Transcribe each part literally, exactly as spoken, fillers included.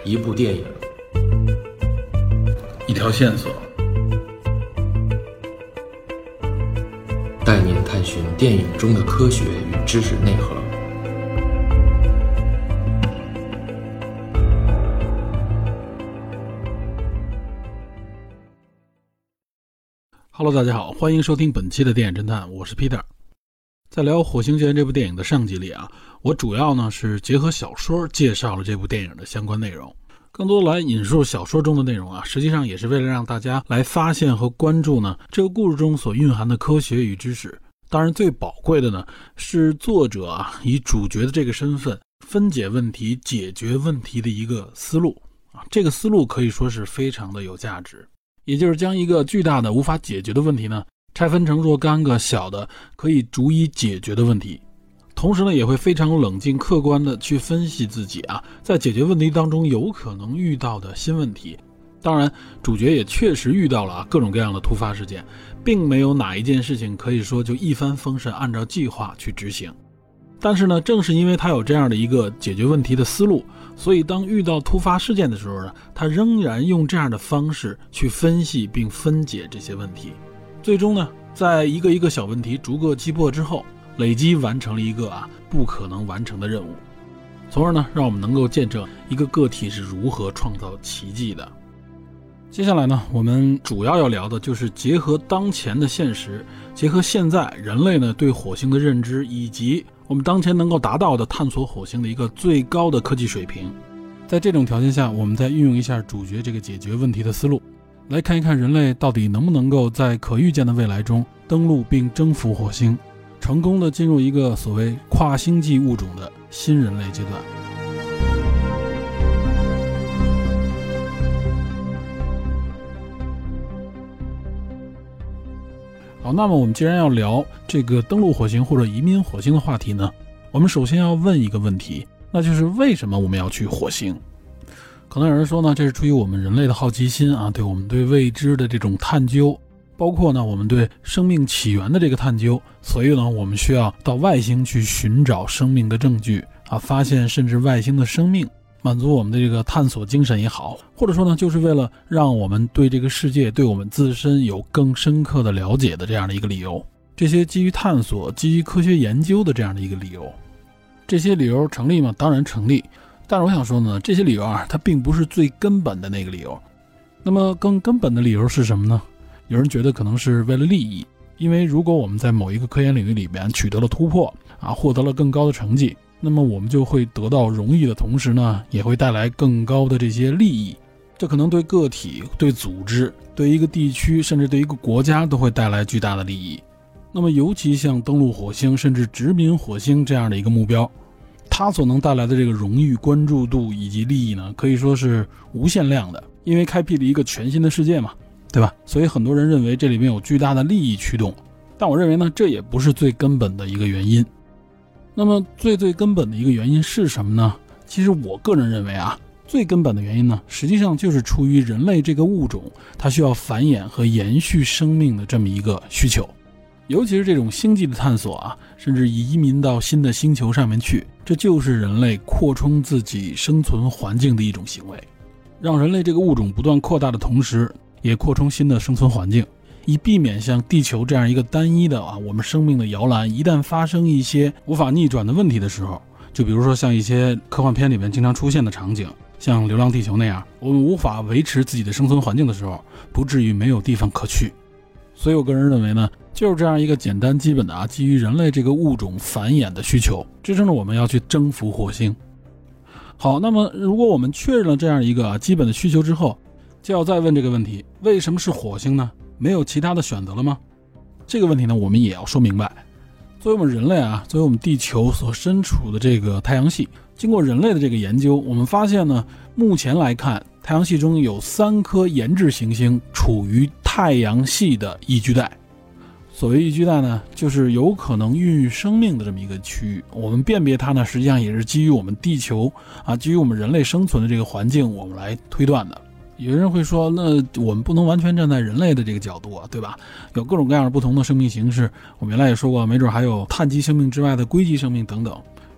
一部电影， 一条线索， 带您探寻电影中的科学与知识内核。 Hello， 大家好，欢迎收听本期的电影侦探，我是 Peter。在聊《火星救援》这部电影的上集里啊，我主要呢是结合小说介绍了这部电影的相关内容，更多来引述小说中的内容啊，实际上也是为了让大家来发现和关注呢这个故事中所蕴含的科学与知识。当然最宝贵的呢是作者啊以主角的这个身份分解问题、解决问题的一个思路啊，这个思路可以说是非常的有价值。也就是将一个巨大的无法解决的问题呢拆分成若干个小的可以逐一解决的问题，同时呢也会非常冷静客观的去分析自己啊在解决问题当中有可能遇到的新问题。当然主角也确实遇到了啊各种各样的突发事件，并没有哪一件事情可以说就一帆风顺按照计划去执行。但是呢正是因为他有这样的一个解决问题的思路，所以当遇到突发事件的时候呢，他仍然用这样的方式去分析并分解这些问题，最终呢在一个一个小问题逐个击破之后，累积完成了一个啊不可能完成的任务，从而呢让我们能够见证一个个体是如何创造奇迹的。接下来呢我们主要要聊的就是结合当前的现实，结合现在人类呢对火星的认知，以及我们当前能够达到的探索火星的一个最高的科技水平。在这种条件下，我们再运用一下主角这个解决问题的思路，来看一看人类到底能不能够在可预见的未来中登陆并征服火星，成功的进入一个所谓跨星际物种的新人类阶段。好，那么我们既然要聊这个登陆火星或者移民火星的话题呢，我们首先要问一个问题，那就是为什么我们要去火星？可能有人说呢，这是出于我们人类的好奇心啊，对我们对未知的这种探究，包括呢我们对生命起源的这个探究，所以呢我们需要到外星去寻找生命的证据啊，发现甚至外星的生命，满足我们的这个探索精神也好，或者说呢就是为了让我们对这个世界对我们自身有更深刻的了解的这样的一个理由。这些基于探索基于科学研究的这样的一个理由，这些理由成立吗？当然成立，但是我想说呢，这些理由啊它并不是最根本的那个理由。那么更根本的理由是什么呢？有人觉得可能是为了利益，因为如果我们在某一个科研领域里边取得了突破啊，获得了更高的成绩，那么我们就会得到荣誉的同时呢，也会带来更高的这些利益。这可能对个体、对组织、对一个地区，甚至对一个国家都会带来巨大的利益。那么尤其像登陆火星甚至殖民火星这样的一个目标，它所能带来的这个荣誉、关注度以及利益呢，可以说是无限量的，因为开辟了一个全新的世界嘛，对吧？所以很多人认为这里面有巨大的利益驱动，但我认为呢，这也不是最根本的一个原因。那么最最根本的一个原因是什么呢？其实我个人认为啊，最根本的原因呢，实际上就是出于人类这个物种它需要繁衍和延续生命的这么一个需求。尤其是这种星际的探索啊，甚至移民到新的星球上面去，这就是人类扩充自己生存环境的一种行为。让人类这个物种不断扩大的同时，也扩充新的生存环境，以避免像地球这样一个单一的啊我们生命的摇篮，一旦发生一些无法逆转的问题的时候，就比如说像一些科幻片里面经常出现的场景，像流浪地球那样，我们无法维持自己的生存环境的时候，不至于没有地方可去。所以我个人认为呢，就是这样一个简单基本的啊基于人类这个物种繁衍的需求，支撑着我们要去征服火星。好，那么如果我们确认了这样一个、啊、基本的需求之后，就要再问这个问题，为什么是火星呢？没有其他的选择了吗？这个问题呢我们也要说明白。作为我们人类啊，作为我们地球所身处的这个太阳系，经过人类的这个研究，我们发现呢，目前来看太阳系中有三颗研制行星处于太阳系的宜居带。所谓宜居带呢，就是有可能孕育生命的这么一个区域。我们辨别它呢，实际上也是基于我们地球啊，基于我们人类生存的这个环境，我们来推断的。有人会说，那我们不能完全站在人类的这个角度啊，对吧？有各种各样的不同的生命形式，我们原来也说过，没准还有碳基生命之外的硅基生命等等。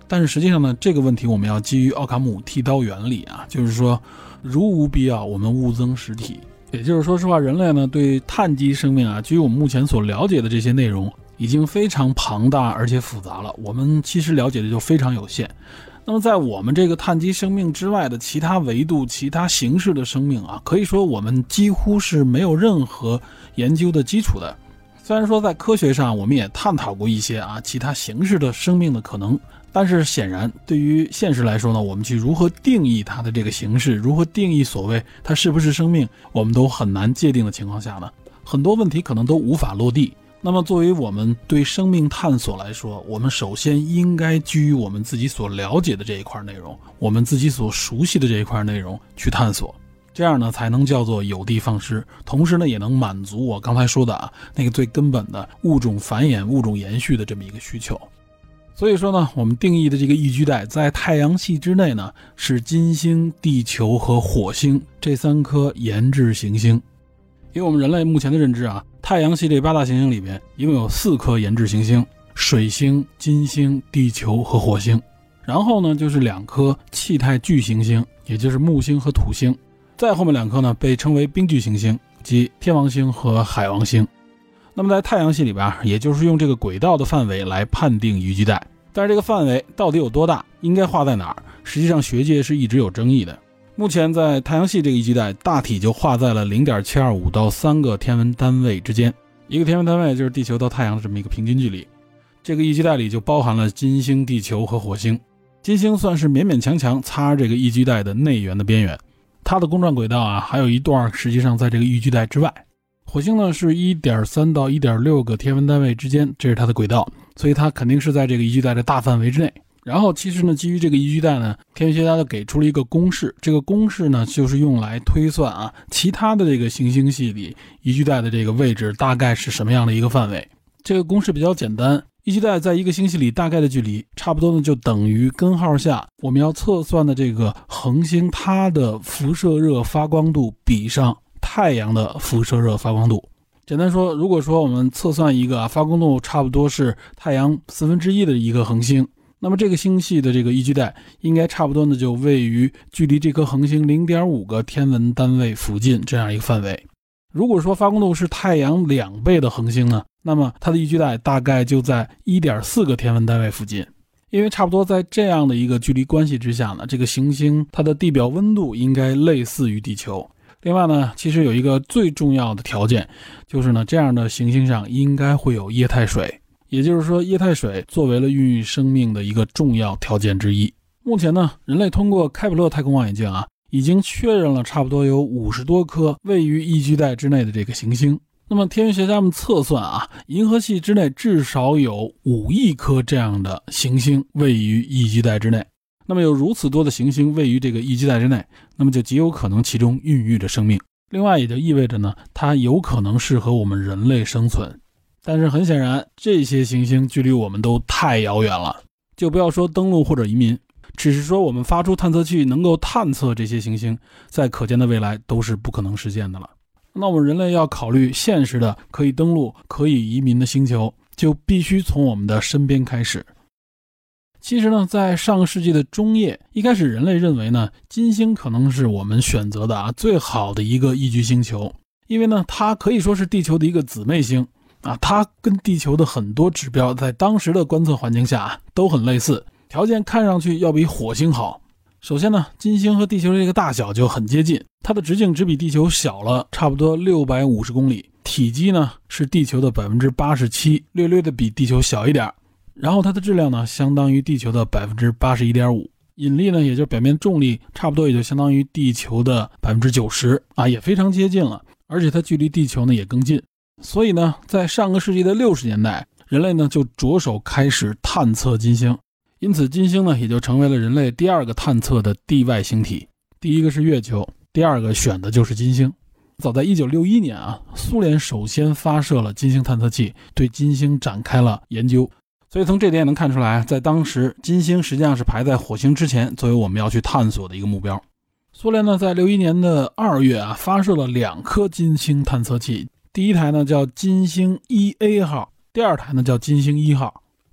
但是实际上呢，这个问题我们要基于奥卡姆剃刀原理啊，就是说如无必要我们勿增实体。也就是说实话，人类呢对碳基生命啊，基于我们目前所了解的这些内容已经非常庞大而且复杂了，我们其实了解的就非常有限。那么在我们这个碳基生命之外的其他维度、其他形式的生命啊，可以说我们几乎是没有任何研究的基础的。虽然说在科学上我们也探讨过一些啊其他形式的生命的可能，但是显然对于现实来说呢，我们去如何定义它的这个形式，如何定义所谓它是不是生命，我们都很难界定的情况下呢，很多问题可能都无法落地。那么作为我们对生命探索来说，我们首先应该基于我们自己所了解的这一块内容，我们自己所熟悉的这一块内容去探索，这样呢才能叫做有的放矢，同时呢也能满足我刚才说的啊那个最根本的物种繁衍、物种延续的这么一个需求。所以说呢，我们定义的这个宜居带在太阳系之内呢，是金星、地球和火星这三颗研制行星。以我们人类目前的认知啊，太阳系这八大行星里边一共有四颗研制行星，水星、金星、地球和火星。然后呢就是两颗气态巨行星，也就是木星和土星。再后面两颗呢被称为冰巨行星，即天王星和海王星。那么在太阳系里边，也就是用这个轨道的范围来判定宜居带，但是这个范围到底有多大，应该画在哪儿，实际上学界是一直有争议的。目前在太阳系这个宜居带大体就画在了 零点七二五 到三个天文单位之间，一个天文单位就是地球到太阳的这么一个平均距离。这个宜居带里就包含了金星、地球和火星。金星算是勉勉强强擦这个宜居带的内缘的边缘，它的公转轨道啊还有一段实际上在这个宜居带之外。火星呢是 一点三 到 一点六 个天文单位之间，这是它的轨道，所以它肯定是在这个宜居带的大范围之内。然后其实呢，基于这个宜居带呢，天文学家就给出了一个公式，这个公式呢就是用来推算啊其他的这个行星系里宜居带的这个位置大概是什么样的一个范围。这个公式比较简单，宜居带在一个星系里大概的距离差不多呢就等于根号下我们要测算的这个恒星它的辐射热发光度比上太阳的辐射热发光度。简单说，如果说我们测算一个啊发光度差不多是太阳四分之一的一个恒星，那么这个星系的这个宜居带应该差不多呢就位于距离这颗恒星 零点五 个天文单位附近这样一个范围。如果说发光度是太阳两倍的恒星呢，那么它的宜居带大概就在 一点四 个天文单位附近。因为差不多在这样的一个距离关系之下呢，这个行星它的地表温度应该类似于地球。另外呢，其实有一个最重要的条件，就是呢这样的行星上应该会有液态水，也就是说液态水作为了孕育生命的一个重要条件之一。目前呢，人类通过开普勒太空望远镜啊，已经确认了差不多有五十多颗位于宜居带之内的这个行星。那么天文学家们测算啊，银河系之内至少有五亿颗这样的行星位于宜居带之内。那么有如此多的行星位于这个宜居带之内，那么就极有可能其中孕育着生命。另外也就意味着呢，它有可能适合我们人类生存。但是很显然，这些行星距离我们都太遥远了，就不要说登陆或者移民，只是说我们发出探测器能够探测这些行星，在可见的未来都是不可能实现的了。那我们人类要考虑现实的可以登陆、可以移民的星球，就必须从我们的身边开始。其实呢，在上个世纪的中叶，一开始人类认为呢，金星可能是我们选择的啊最好的一个宜居星球，因为呢，它可以说是地球的一个姊妹星啊，它跟地球的很多指标在当时的观测环境下、啊、都很类似，条件看上去要比火星好。首先呢，金星和地球的这个大小就很接近，它的直径只比地球小了差不多六百五十公里，体积呢是地球的 百分之八十七， 略略的比地球小一点。然后它的质量呢相当于地球的 百分之八十一点五， 引力呢也就是表面重力差不多也就相当于地球的 百分之九十 啊，也非常接近了，而且它距离地球呢也更近。所以呢，在上个世纪的六十年代，人类呢就着手开始探测金星，因此金星呢也就成为了人类第二个探测的地外星体。第一个是月球，第二个选的就是金星。早在一九六一年啊，苏联首先发射了金星探测器，对金星展开了研究。所以从这点也能看出来，在当时金星实际上是排在火星之前，作为我们要去探索的一个目标。苏联呢在六一年的二月啊，发射了两颗金星探测器，第一台呢叫金星 一 A 号，第二台呢叫金星一号。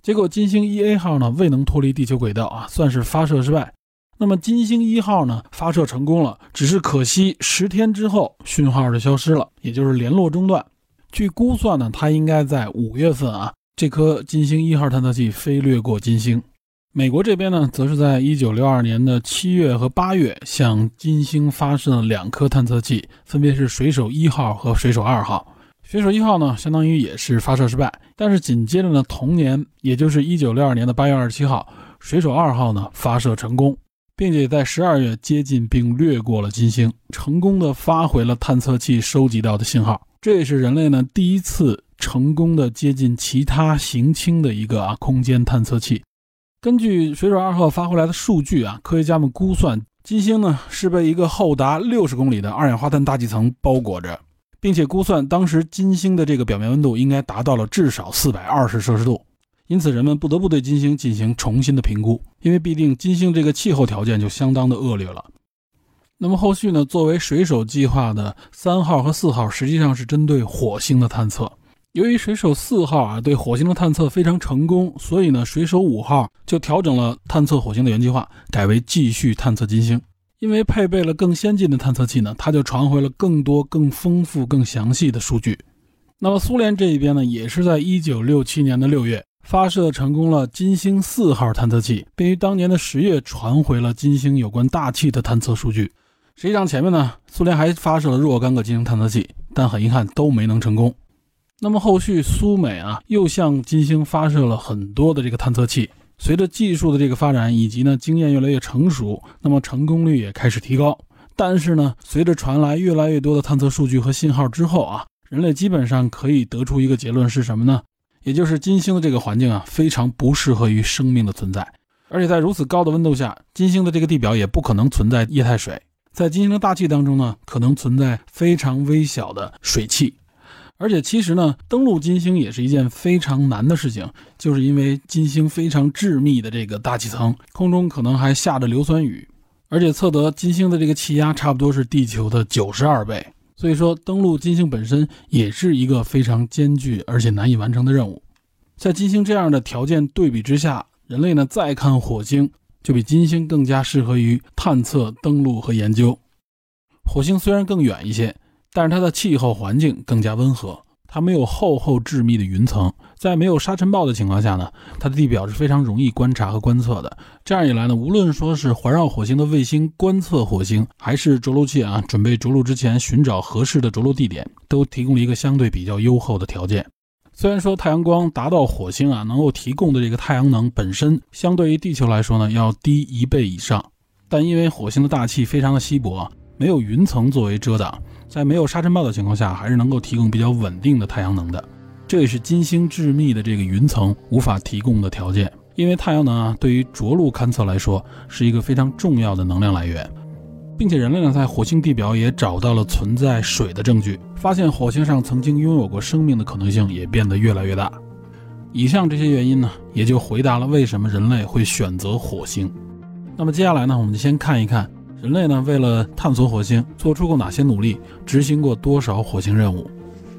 结果金星 一 A 号呢未能脱离地球轨道啊，算是发射失败。那么金星一号呢发射成功了，只是可惜十天之后讯号就消失了，也就是联络中断。据估算呢，它应该在五月份啊，这颗金星一号探测器飞掠过金星。美国这边呢，则是在一九六二年的七月和八月向金星发射了两颗探测器，分别是水手一号和水手二号。水手一号呢，相当于也是发射失败，但是紧接着呢，同年，也就是一九六二年的八月二十七号，水手二号呢发射成功，并且在十二月接近并掠过了金星，成功的发回了探测器收集到的信号。这也是人类呢第一次成功的接近其他行星的一个啊空间探测器。根据水手二号发回来的数据啊，科学家们估算，金星呢是被一个厚达六十公里的二氧化碳大气层包裹着。并且估算当时金星的这个表面温度应该达到了至少四百二十摄氏度，因此人们不得不对金星进行重新的评估，因为必定金星这个气候条件就相当的恶劣了。那么后续呢，作为水手计划的三号和四号实际上是针对火星的探测。由于水手四号啊对火星的探测非常成功，所以呢水手五号就调整了探测火星的原计划，改为继续探测金星。因为配备了更先进的探测器呢，它就传回了更多更丰富更详细的数据。那么苏联这一边呢，也是在一九六七年的六月发射成功了金星四号探测器，并于当年的十月传回了金星有关大气的探测数据。实际上前面呢，苏联还发射了若干个金星探测器，但很遗憾都没能成功。那么后续苏美啊又向金星发射了很多的这个探测器。随着技术的这个发展以及呢经验越来越成熟，那么成功率也开始提高。但是呢，随着传来越来越多的探测数据和信号之后啊，人类基本上可以得出一个结论是什么呢？也就是金星的这个环境啊，非常不适合于生命的存在。而且在如此高的温度下，金星的这个地表也不可能存在液态水。在金星的大气当中呢，可能存在非常微小的水汽。而且其实呢，登陆金星也是一件非常难的事情，就是因为金星非常致密的这个大气层，空中可能还下着硫酸雨，而且测得金星的这个气压差不多是地球的九十二倍，所以说登陆金星本身也是一个非常艰巨而且难以完成的任务。在金星这样的条件对比之下，人类呢再看火星，就比金星更加适合于探测、登陆和研究。火星虽然更远一些，但是它的气候环境更加温和，它没有厚厚致密的云层，在没有沙尘暴的情况下呢，它的地表是非常容易观察和观测的。这样一来呢，无论说是环绕火星的卫星观测火星，还是着陆器啊准备着陆之前寻找合适的着陆地点，都提供了一个相对比较优厚的条件。虽然说太阳光达到火星啊能够提供的这个太阳能本身相对于地球来说呢要低一倍以上，但因为火星的大气非常的稀薄，没有云层作为遮挡，在没有沙尘暴的情况下还是能够提供比较稳定的太阳能的。这也是金星致密的这个云层无法提供的条件，因为太阳能啊对于着陆勘测来说是一个非常重要的能量来源，并且人类呢在火星地表也找到了存在水的证据，发现火星上曾经拥有过生命的可能性也变得越来越大。以上这些原因呢，也就回答了为什么人类会选择火星。那么接下来呢，我们就先看一看人类呢为了探索火星做出过哪些努力，执行过多少火星任务。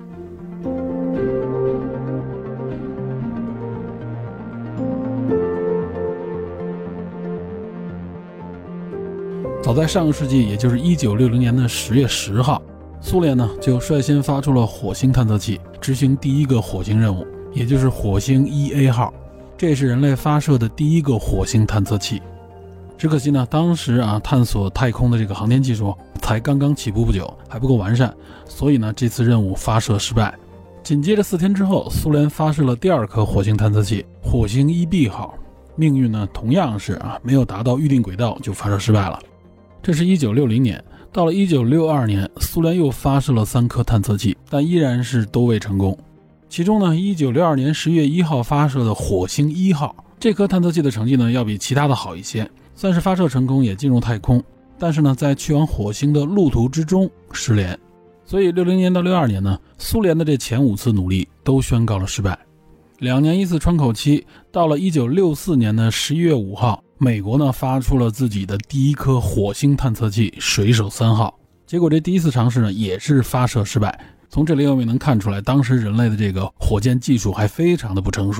早在上个世纪，也就是一九六零年的十月十号，苏联呢就率先发出了火星探测器，执行第一个火星任务，也就是火星 一 A 号。这也是人类发射的第一个火星探测器。只可惜呢，当时啊探索太空的这个航天技术才刚刚起步不久，还不够完善，所以呢这次任务发射失败。紧接着四天之后，苏联发射了第二颗火星探测器火星 一 B 号，命运呢同样是啊没有达到预定轨道就发射失败了。这是一九六零年，到了一九六二年，苏联又发射了三颗探测器，但依然是都未成功。其中呢，一九六二年十月一号发射的火星一号，这颗探测器的成绩呢要比其他的好一些，算是发射成功也进入太空，但是呢，在去往火星的路途之中失联。所以六零年到六二年呢，苏联的这前五次努力都宣告了失败。两年一次窗口期，到了一九六四年的十一月五号，美国呢发出了自己的第一颗火星探测器水手三号，结果这第一次尝试呢也是发射失败。从这里我们能看出来，当时人类的这个火箭技术还非常的不成熟。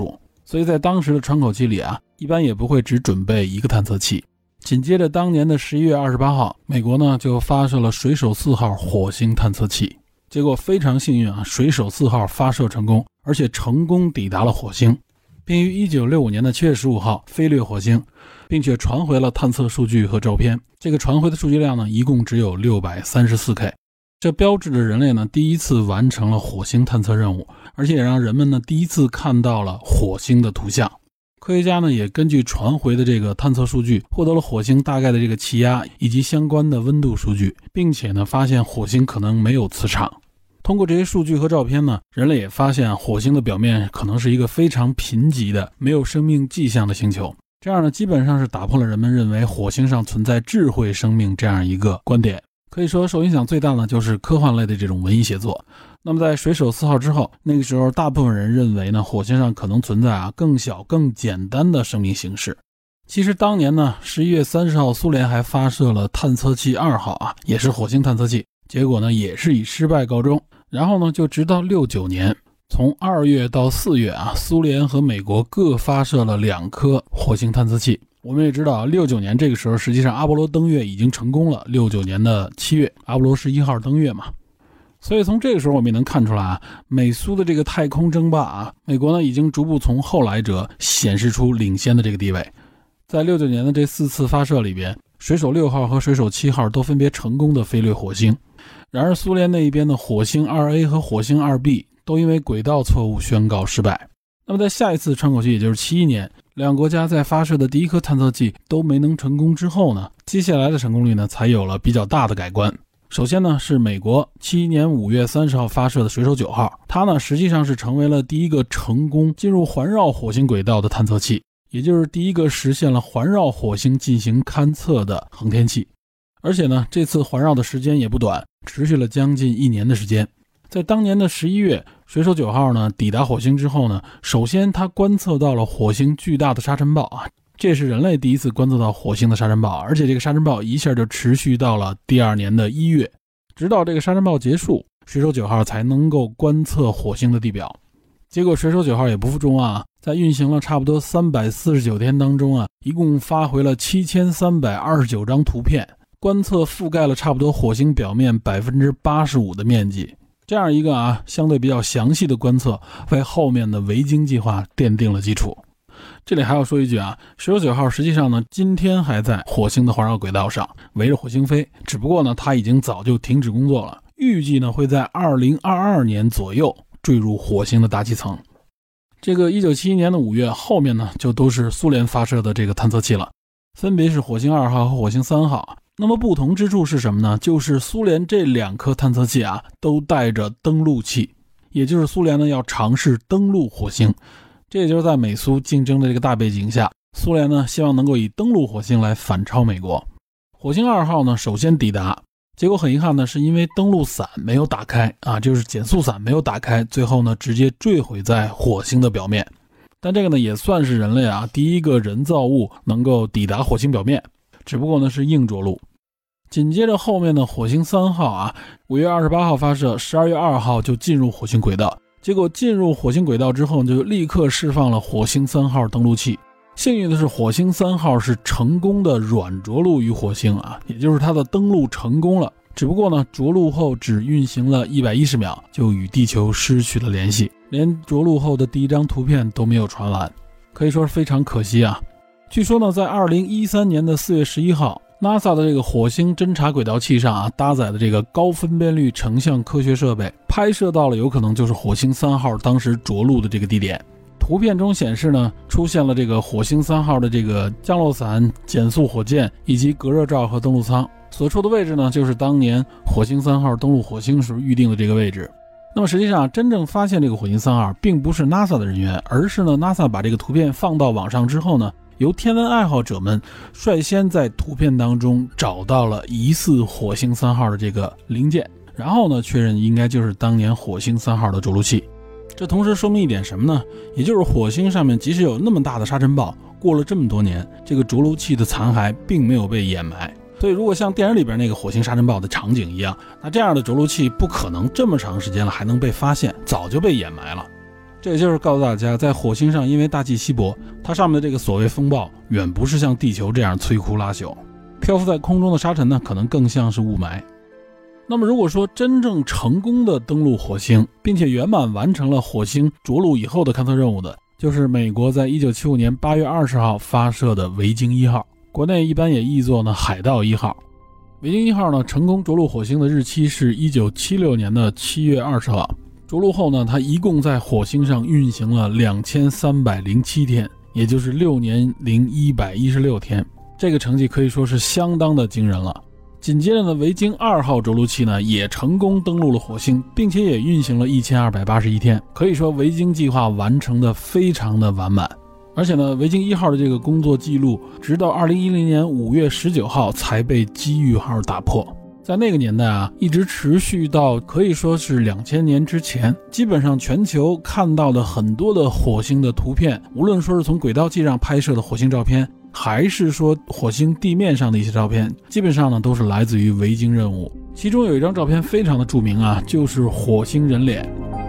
所以在当时的窗口期里啊，一般也不会只准备一个探测器。紧接着当年的十一月二十八号，美国呢就发射了水手四号火星探测器。结果非常幸运啊，水手四号发射成功，而且成功抵达了火星，并于一九六五年的七月十五号飞掠火星，并且传回了探测数据和照片。这个传回的数据量呢，一共只有 六百三十四 K。 这标志着人类呢第一次完成了火星探测任务，而且也让人们呢第一次看到了火星的图像。科学家呢也根据传回的这个探测数据，获得了火星大概的这个气压以及相关的温度数据，并且呢发现火星可能没有磁场。通过这些数据和照片呢，人类也发现火星的表面可能是一个非常贫瘠的没有生命迹象的星球。这样呢基本上是打破了人们认为火星上存在智慧生命这样一个观点。可以说受影响最大的就是科幻类的这种文艺写作。那么在水手四号之后，那个时候大部分人认为呢火星上可能存在啊更小更简单的生命形式。其实当年呢十一月三十号苏联还发射了探测器二号啊，也是火星探测器，结果呢也是以失败告终。然后呢就直到六九年，从二月到四月啊，苏联和美国各发射了两颗火星探测器。我们也知道六九年这个时候实际上阿波罗登月已经成功了，六九年的七月阿波罗十一号登月嘛。所以从这个时候我们也能看出来啊，美苏的这个太空争霸啊，美国呢已经逐步从后来者显示出领先的这个地位。在六九年的这四次发射里边，水手六号和水手七号都分别成功的飞掠火星。然而苏联那一边的火星 二 A 和火星 二 B 都因为轨道错误宣告失败。那么在下一次窗口期，也就是七一年，两个国家在发射的第一颗探测器都没能成功之后呢，接下来的成功率呢才有了比较大的改观。首先呢是美国七一年五月三十号发射的水手九号，它呢实际上是成为了第一个成功进入环绕火星轨道的探测器，也就是第一个实现了环绕火星进行勘测的航天器。而且呢这次环绕的时间也不短，持续了将近一年的时间。在当年的十一月，水手九号呢抵达火星之后呢，首先它观测到了火星巨大的沙尘暴啊，这是人类第一次观测到火星的沙尘暴，而且这个沙尘暴一下就持续到了第二年的一月，直到这个沙尘暴结束，水手九号才能够观测火星的地表。结果水手九号也不负众望啊，在运行了差不多三百四十九天当中啊，一共发回了七千三百二十九张图片，观测覆盖了差不多火星表面 百分之八十五 的面积。这样一个啊相对比较详细的观测，为后面的维京计划奠定了基础。这里还要说一句啊，水手九号实际上呢今天还在火星的环绕轨道上围着火星飞，只不过呢它已经早就停止工作了，预计呢会在二零二二年左右坠入火星的大气层。这个一九七一年的五月后面呢就都是苏联发射的这个探测器了，分别是火星二号和火星三号。那么不同之处是什么呢？就是苏联这两颗探测器啊都带着登陆器，也就是苏联呢要尝试登陆火星。这也就是在美苏竞争的这个大背景下，苏联呢希望能够以登陆火星来反超美国。火星二号呢首先抵达，结果很遗憾呢是因为登陆伞没有打开啊，就是减速伞没有打开，最后呢直接坠毁在火星的表面。但这个呢也算是人类啊第一个人造物能够抵达火星表面，只不过呢是硬着陆。紧接着后面的火星三号啊，五月二十八号发射，十二月二号就进入火星轨道。结果进入火星轨道之后，就立刻释放了火星三号登陆器。幸运的是，火星三号是成功的软着陆于火星啊，也就是它的登陆成功了。只不过呢，着陆后只运行了一百一十秒，就与地球失去了联系，连着陆后的第一张图片都没有传完，可以说是非常可惜啊。据说呢，在二零一三年的四月十一号。NASA 的这个火星侦察轨道器上啊，搭载的这个高分辨率成像科学设备拍摄到了有可能就是火星三号当时着陆的这个地点。图片中显示呢，出现了这个火星三号的这个降落伞、减速火箭以及隔热罩和登陆舱，所处的位置呢，就是当年火星三号登陆火星时预定的这个位置。那么实际上真正发现这个火星三号并不是 NASA 的人员，而是呢 NASA 把这个图片放到网上之后呢，由天文爱好者们率先在图片当中找到了疑似火星三号的这个零件，然后呢确认应该就是当年火星三号的着陆器。这同时说明一点什么呢？也就是火星上面即使有那么大的沙尘暴，过了这么多年，这个着陆器的残骸并没有被掩埋。所以如果像电影里边那个火星沙尘暴的场景一样，那这样的着陆器不可能这么长时间了还能被发现，早就被掩埋了。 这也就是告诉大家，在火星上因为大气稀薄，它上面的这个所谓风暴远不是像地球这样摧枯拉朽，漂浮在空中的沙尘呢，可能更像是雾霾。那么如果说真正成功的登陆火星，并且圆满完成了火星着陆以后的勘测任务的，就是美国在一九七五年八月二十号发射的维京一号，国内一般也译作呢海盗一号。维京一号呢成功着陆火星的日期是一九七六年的七月二十号。着陆后呢，它一共在火星上运行了两千三百零七天，也就是六年零一百一十六天，这个成绩可以说是相当的惊人了。紧接着呢，维京二号着陆器呢也成功登陆了火星，并且也运行了一千二百八十一天，可以说维京计划完成的非常的完满。而且呢，维京一号的这个工作记录，直到二零一零年五月十九号才被机遇号打破。在那个年代啊，一直持续到可以说是两千年之前，基本上全球看到的很多的火星的图片，无论说是从轨道器上拍摄的火星照片，还是说火星地面上的一些照片，基本上呢都是来自于维京任务。其中有一张照片非常的著名啊，就是火星人脸。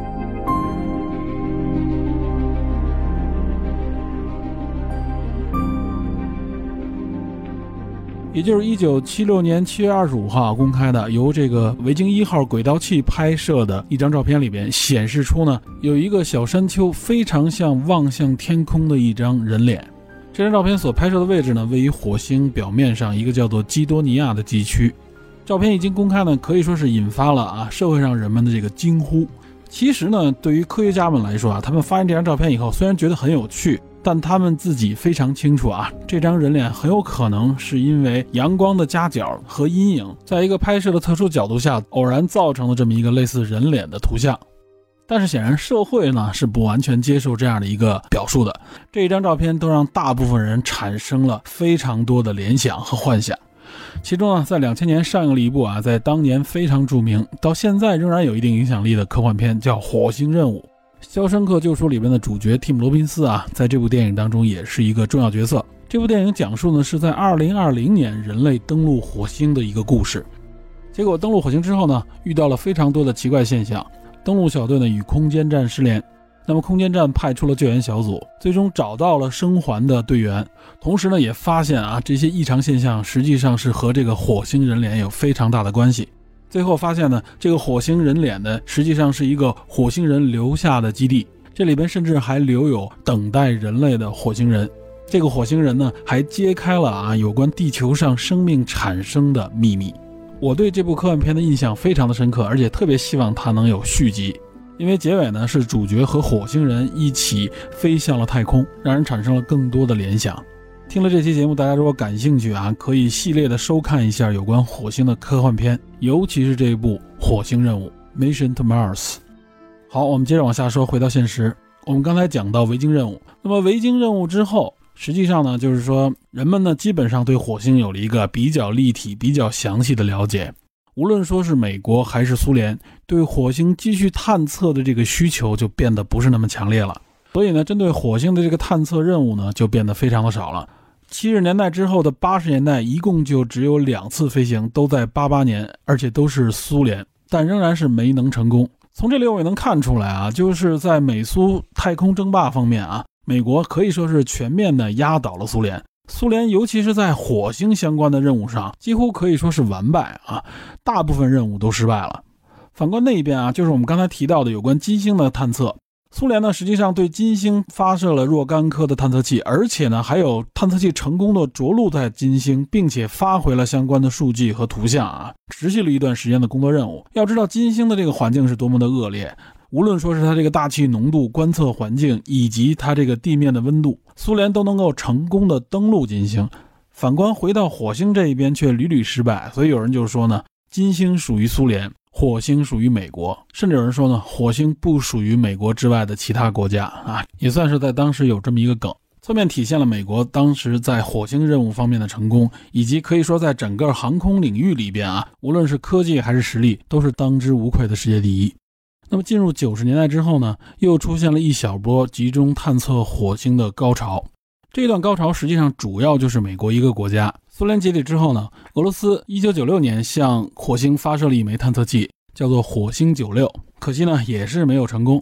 也就是一九七六年七月二十五号公开的，由这个维京一号轨道器拍摄的一张照片里边显示出呢，有一个小山丘非常像望向天空的一张人脸。这张照片所拍摄的位置呢，位于火星表面上一个叫做基多尼亚的地区。照片一经公开呢，可以说是引发了啊社会上人们的这个惊呼。其实呢，对于科学家们来说啊，他们发现这张照片以后，虽然觉得很有趣，但他们自己非常清楚啊，这张人脸很有可能是因为阳光的夹角和阴影，在一个拍摄的特殊角度下，偶然造成了这么一个类似人脸的图像。但是显然社会呢是不完全接受这样的一个表述的，这一张照片都让大部分人产生了非常多的联想和幻想。其中呢，在两千年上映了一部啊，在当年非常著名，到现在仍然有一定影响力的科幻片，叫《火星任务》。肖申克救赎里面的主角蒂姆·罗宾斯啊，在这部电影当中也是一个重要角色。这部电影讲述呢是在二零二零年人类登陆火星的一个故事。结果登陆火星之后呢，遇到了非常多的奇怪现象。登陆小队呢与空间站失联，那么空间站派出了救援小组，最终找到了生还的队员，同时呢也发现啊这些异常现象实际上是和这个火星人脸有非常大的关系。最后发现呢，这个火星人脸呢实际上是一个火星人留下的基地，这里边甚至还留有等待人类的火星人。这个火星人呢还揭开了啊有关地球上生命产生的秘密。我对这部科幻片的印象非常的深刻，而且特别希望它能有续集，因为结尾呢是主角和火星人一起飞向了太空，让人产生了更多的联想。听了这期节目，大家如果感兴趣啊，可以系列的收看一下有关火星的科幻片，尤其是这一部《火星任务》 Mission to Mars。 好，我们接着往下说，回到现实。我们刚才讲到维京任务，那么维京任务之后，实际上呢就是说人们呢基本上对火星有了一个比较立体比较详细的了解。无论说是美国还是苏联，对火星继续探测的这个需求就变得不是那么强烈了，所以呢针对火星的这个探测任务呢就变得非常的少了。七十年代之后的八十年代一共就只有两次飞行，都在八八年，而且都是苏联，但仍然是没能成功。从这里我也能看出来啊，就是在美苏太空争霸方面啊，美国可以说是全面的压倒了苏联。苏联尤其是在火星相关的任务上几乎可以说是完败啊，大部分任务都失败了。反观那一边啊，就是我们刚才提到的有关金星的探测，苏联呢实际上对金星发射了若干颗的探测器，而且呢还有探测器成功的着陆在金星，并且发回了相关的数据和图像啊，持续了一段时间的工作任务。要知道金星的这个环境是多么的恶劣，无论说是它这个大气浓度、观测环境以及它这个地面的温度，苏联都能够成功的登陆金星。反观回到火星这一边却屡屡失败，所以有人就说呢，金星属于苏联，火星属于美国，甚至有人说呢，火星不属于美国之外的其他国家啊，也算是在当时有这么一个梗，侧面体现了美国当时在火星任务方面的成功，以及可以说在整个航空领域里边啊，无论是科技还是实力，都是当之无愧的世界第一。那么进入九十年代之后呢，又出现了一小波集中探测火星的高潮。这段高潮实际上主要就是美国一个国家。苏联解体之后呢，俄罗斯一九九六年向火星发射了一枚探测器，叫做火星九六，可惜呢也是没有成功。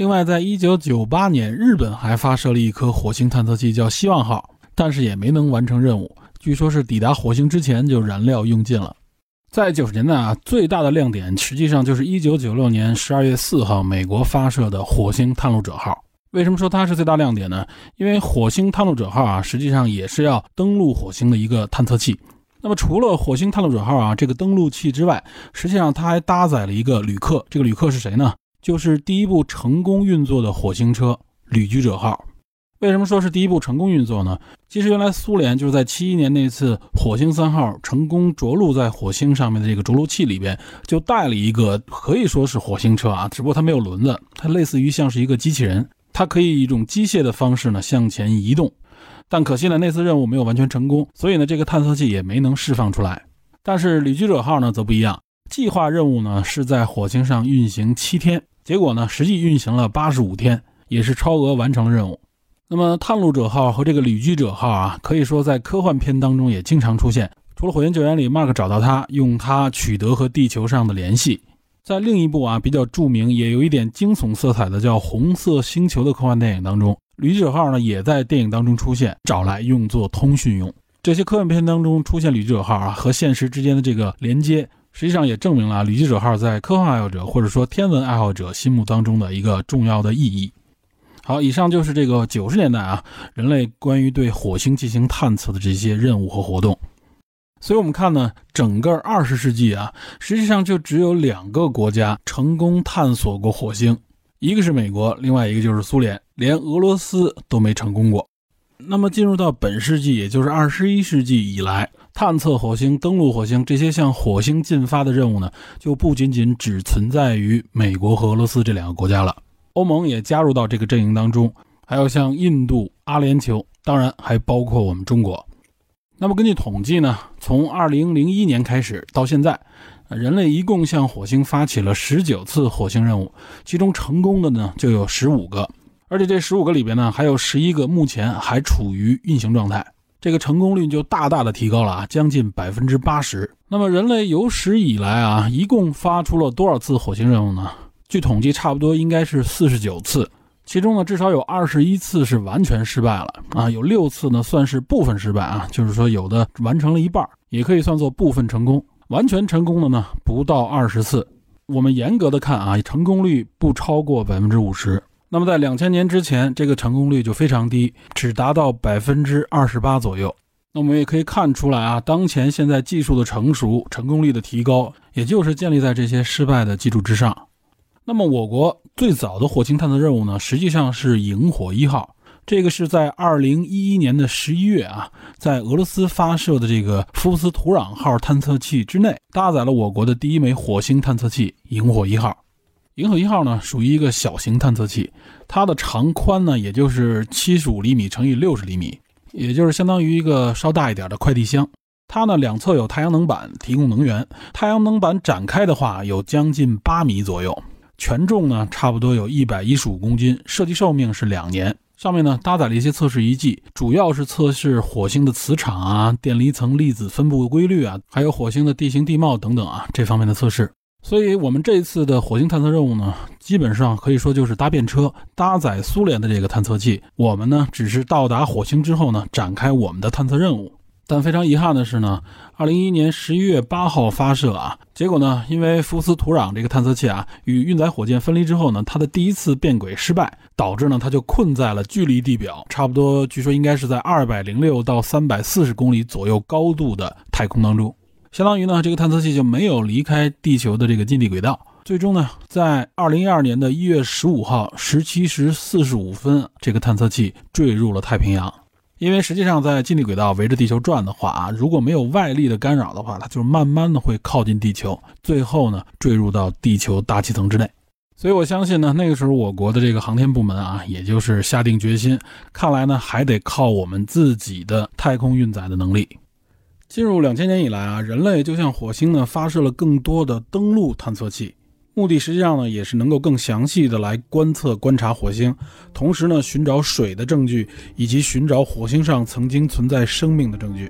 另外在一九九八年，日本还发射了一颗火星探测器叫希望号，但是也没能完成任务，据说是抵达火星之前就燃料用尽了。在九十年代啊，最大的亮点实际上就是一九九六年十二月四号美国发射的火星探路者号。为什么说它是最大亮点呢？因为火星探路者号啊，实际上也是要登陆火星的一个探测器。那么除了火星探路者号啊这个登陆器之外，实际上它还搭载了一个旅客，这个旅客是谁呢？就是第一部成功运作的火星车旅居者号。为什么说是第一部成功运作呢？其实原来苏联就是在七一年那次火星三号成功着陆在火星上面的这个着陆器里边，就带了一个可以说是火星车啊，只不过它没有轮子，它类似于像是一个机器人，它可以以一种机械的方式呢向前移动。但可惜呢，那次任务没有完全成功，所以呢这个探测器也没能释放出来。但是旅居者号呢则不一样，计划任务呢是在火星上运行七天，结果呢实际运行了八十五天，也是超额完成了任务。那么探路者号和这个旅居者号啊，可以说在科幻片当中也经常出现。除了火星救援里 Mark 找到它，用它取得和地球上的联系。在另一部啊比较著名也有一点惊悚色彩的叫红色星球的科幻电影当中，旅居者号呢也在电影当中出现，找来用作通讯用。这些科幻片当中出现旅居者号啊和现实之间的这个连接，实际上也证明了旅居者号在科幻爱好者或者说天文爱好者心目当中的一个重要的意义。好，以上就是这个九十年代啊人类关于对火星进行探测的这些任务和活动。所以我们看呢，整个二十世纪啊，实际上就只有两个国家成功探索过火星，一个是美国，另外一个就是苏联，连俄罗斯都没成功过。那么进入到本世纪，也就是二十一世纪以来，探测火星、登陆火星这些向火星进发的任务呢，就不仅仅只存在于美国和俄罗斯这两个国家了，欧盟也加入到这个阵营当中，还有像印度、阿联酋，当然还包括我们中国。那么根据统计呢，从二零零一年开始到现在，人类一共向火星发起了十九次火星任务，其中成功的呢就有十五个，而且这十五个里边呢还有十一个目前还处于运行状态，这个成功率就大大的提高了啊，将近 百分之八十。 那么人类有史以来啊一共发出了多少次火星任务呢？据统计差不多应该是四十九次，其中呢至少有二十一次是完全失败了啊，有六次呢算是部分失败啊，就是说有的完成了一半，也可以算作部分成功。完全成功的呢不到二十次，我们严格的看啊，成功率不超过 百分之五十。 那么在两千年之前，这个成功率就非常低，只达到 百分之二十八 左右。那我们也可以看出来啊，当前现在技术的成熟，成功率的提高，也就是建立在这些失败的基础之上。那么我国最早的火星探测任务呢，实际上是萤火一号，这个是在二零一一年的十一月啊，在俄罗斯发射的这个福布斯土壤号探测器之内，搭载了我国的第一枚火星探测器萤火一号。萤火一号呢属于一个小型探测器，它的长宽呢也就是七十五厘米乘以六十厘米，也就是相当于一个稍大一点的快递箱。它呢两侧有太阳能板提供能源，太阳能板展开的话有将近八米左右，全重呢差不多有一百一十五公斤，设计寿命是两年。上面呢搭载了一些测试仪器，主要是测试火星的磁场啊、电离层粒子分布规律啊，还有火星的地形地貌等等啊这方面的测试。所以我们这次的火星探测任务呢，基本上可以说就是搭便车，搭载苏联的这个探测器，我们呢只是到达火星之后呢展开我们的探测任务。但非常遗憾的是呢，二零一一年十一月八号发射啊，结果呢，因为福斯土壤这个探测器啊与运载火箭分离之后呢，它的第一次变轨失败，导致呢它就困在了距离地表差不多据说应该是在二百零六到三百四十公里左右高度的太空当中，相当于呢这个探测器就没有离开地球的这个近地轨道。最终呢，在二零一二年的一月十五号十七时四十五分，这个探测器坠入了太平洋。因为实际上在近地轨道围着地球转的话啊，如果没有外力的干扰的话，它就慢慢的会靠近地球，最后呢坠入到地球大气层之内。所以我相信呢，那个时候我国的这个航天部门啊，也就是下定决心，看来呢还得靠我们自己的太空运载的能力。进入两千年以来啊，人类就向火星呢发射了更多的登陆探测器，目的实际上呢也是能够更详细的来观测观察火星，同时呢寻找水的证据，以及寻找火星上曾经存在生命的证据。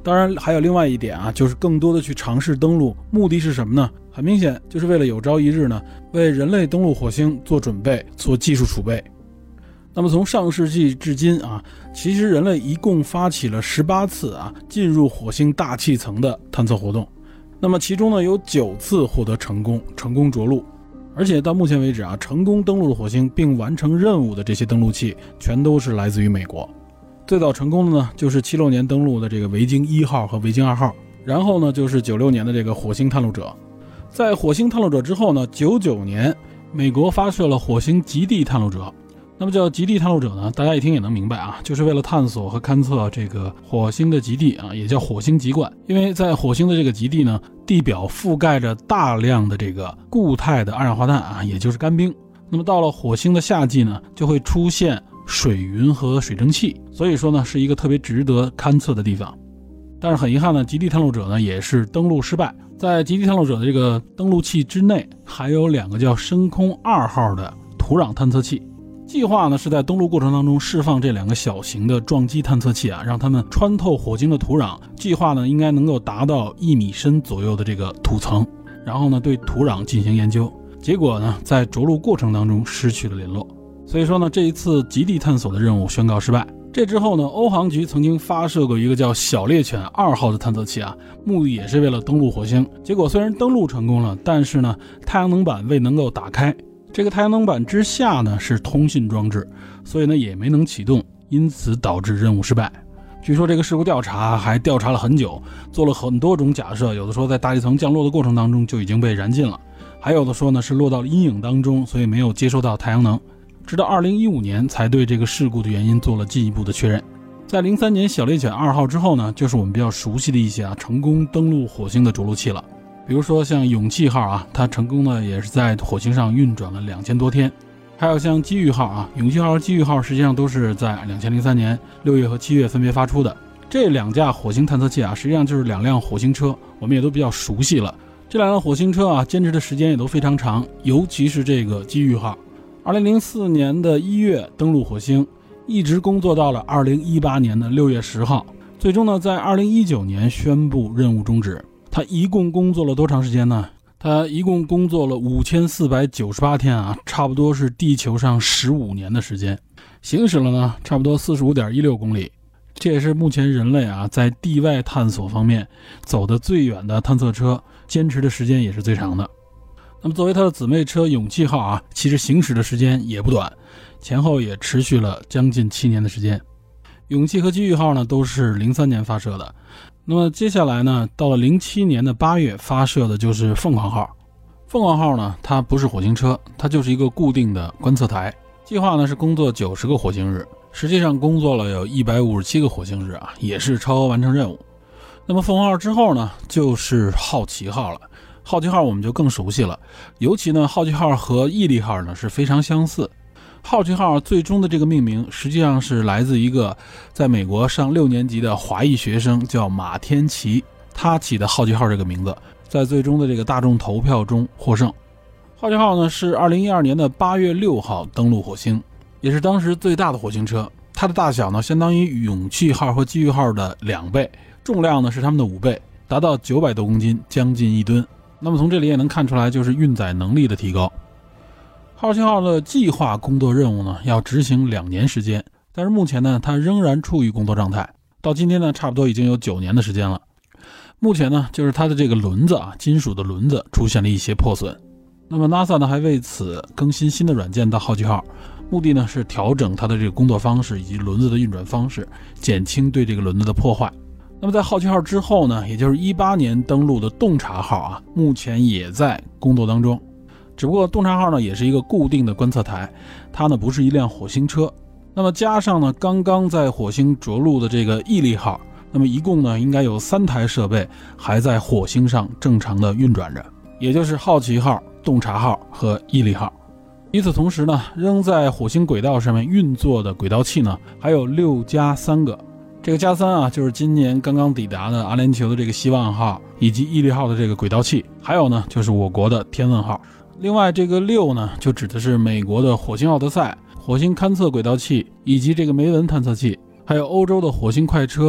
当然还有另外一点啊，就是更多的去尝试登陆，目的是什么呢？很明显就是为了有朝一日呢，为人类登陆火星做准备，做技术储备。那么从上世纪至今啊，其实人类一共发起了十八次啊进入火星大气层的探测活动，那么其中呢有九次获得成功，成功着陆。而且到目前为止啊，成功登陆了火星并完成任务的这些登陆器全都是来自于美国。最早成功的呢就是七六年登陆的这个维京一号和维京二号，然后呢就是九六年的这个火星探路者。在火星探路者之后呢，九九年美国发射了火星极地探路者。那么叫极地探路者呢，大家一听也能明白啊，就是为了探索和勘测这个火星的极地啊，也叫火星极冠。因为在火星的这个极地呢，地表覆盖着大量的这个固态的二氧化碳啊，也就是干冰。那么到了火星的夏季呢，就会出现水云和水蒸气，所以说呢是一个特别值得勘测的地方。但是很遗憾呢，极地探路者呢也是登陆失败。在极地探路者的这个登陆器之内，还有两个叫深空二号的土壤探测器。计划呢是在登陆过程当中释放这两个小型的撞击探测器啊，让它们穿透火星的土壤。计划呢应该能够达到一米深左右的这个土层，然后呢对土壤进行研究。结果呢在着陆过程当中失去了联络，所以说呢这一次极地探索的任务宣告失败。这之后呢，欧航局曾经发射过一个叫小猎犬二号的探测器啊，目的也是为了登陆火星。结果虽然登陆成功了，但是呢太阳能板未能够打开。这个太阳能板之下呢是通信装置，所以呢也没能启动，因此导致任务失败。据说这个事故调查还调查了很久，做了很多种假设，有的说在大气层降落的过程当中就已经被燃尽了，还有的说呢是落到了阴影当中，所以没有接收到太阳能。直到二零一五年才对这个事故的原因做了进一步的确认。在零三年小猎犬二号之后呢，就是我们比较熟悉的一些啊成功登陆火星的着陆器了。比如说像勇气号啊，它成功的也是在火星上运转了两千多天。还有像机遇号啊，勇气号和机遇号实际上都是在二零零三年六月和七月分别发出的。这两架火星探测器啊，实际上就是两辆火星车，我们也都比较熟悉了。这两辆火星车啊，坚持的时间也都非常长，尤其是这个机遇号，二零零四年的一月登陆火星，一直工作到了二零一八年的六月十号，最终呢，在二零一九年宣布任务终止。他一共工作了多长时间呢？他一共工作了五千四百九十八天啊，差不多是地球上十五年的时间，行驶了呢差不多 四十五点一六公里。这也是目前人类啊在地外探索方面走得最远的探测车，坚持的时间也是最长的。那么作为它的姊妹车勇气号啊，其实行驶的时间也不短，前后也持续了将近七年的时间。勇气和机遇号呢都是零三年发射的。那么接下来呢，到了零七年的八月发射的就是凤凰号。凤凰号呢，它不是火星车，它就是一个固定的观测台。计划呢是工作九十个火星日，实际上工作了有一百五十七个火星日啊，也是超额完成任务。那么凤凰号之后呢，就是好奇号了。好奇号我们就更熟悉了，尤其呢，好奇号和毅力号呢是非常相似。好奇号最终的这个命名实际上是来自一个在美国上六年级的华裔学生，叫马天奇，他起的好奇号这个名字，在最终的这个大众投票中获胜。好奇号呢是二零一二年的八月六号登陆火星，也是当时最大的火星车，它的大小呢相当于勇气号和机遇号的两倍，重量呢是它们的五倍，达到九百多公斤，将近一吨。那么从这里也能看出来，就是运载能力的提高。好奇号的计划工作任务呢，要执行两年时间，但是目前呢，它仍然处于工作状态。到今天呢，差不多已经有九年的时间了。目前呢，就是它的这个轮子啊，金属的轮子出现了一些破损。那么 NASA 呢，还为此更新新的软件到好奇号，目的呢是调整它的这个工作方式以及轮子的运转方式，减轻对这个轮子的破坏。那么在好奇号之后呢，也就是一八年登陆的洞察号啊，目前也在工作当中。只不过洞察号呢也是一个固定的观测台，它呢不是一辆火星车。那么加上呢刚刚在火星着陆的这个毅力号，那么一共呢应该有三台设备还在火星上正常的运转着，也就是好奇号、洞察号和毅力号。与此同时呢，仍在火星轨道上面运作的轨道器呢还有六加三个。这个加三啊，就是今年刚刚抵达的阿联酋的这个希望号以及毅力号的这个轨道器，还有呢就是我国的天问号。另外这个六呢，就指的是美国的火星奥德赛、火星勘测轨道器以及这个梅文探测器，还有欧洲的火星快车、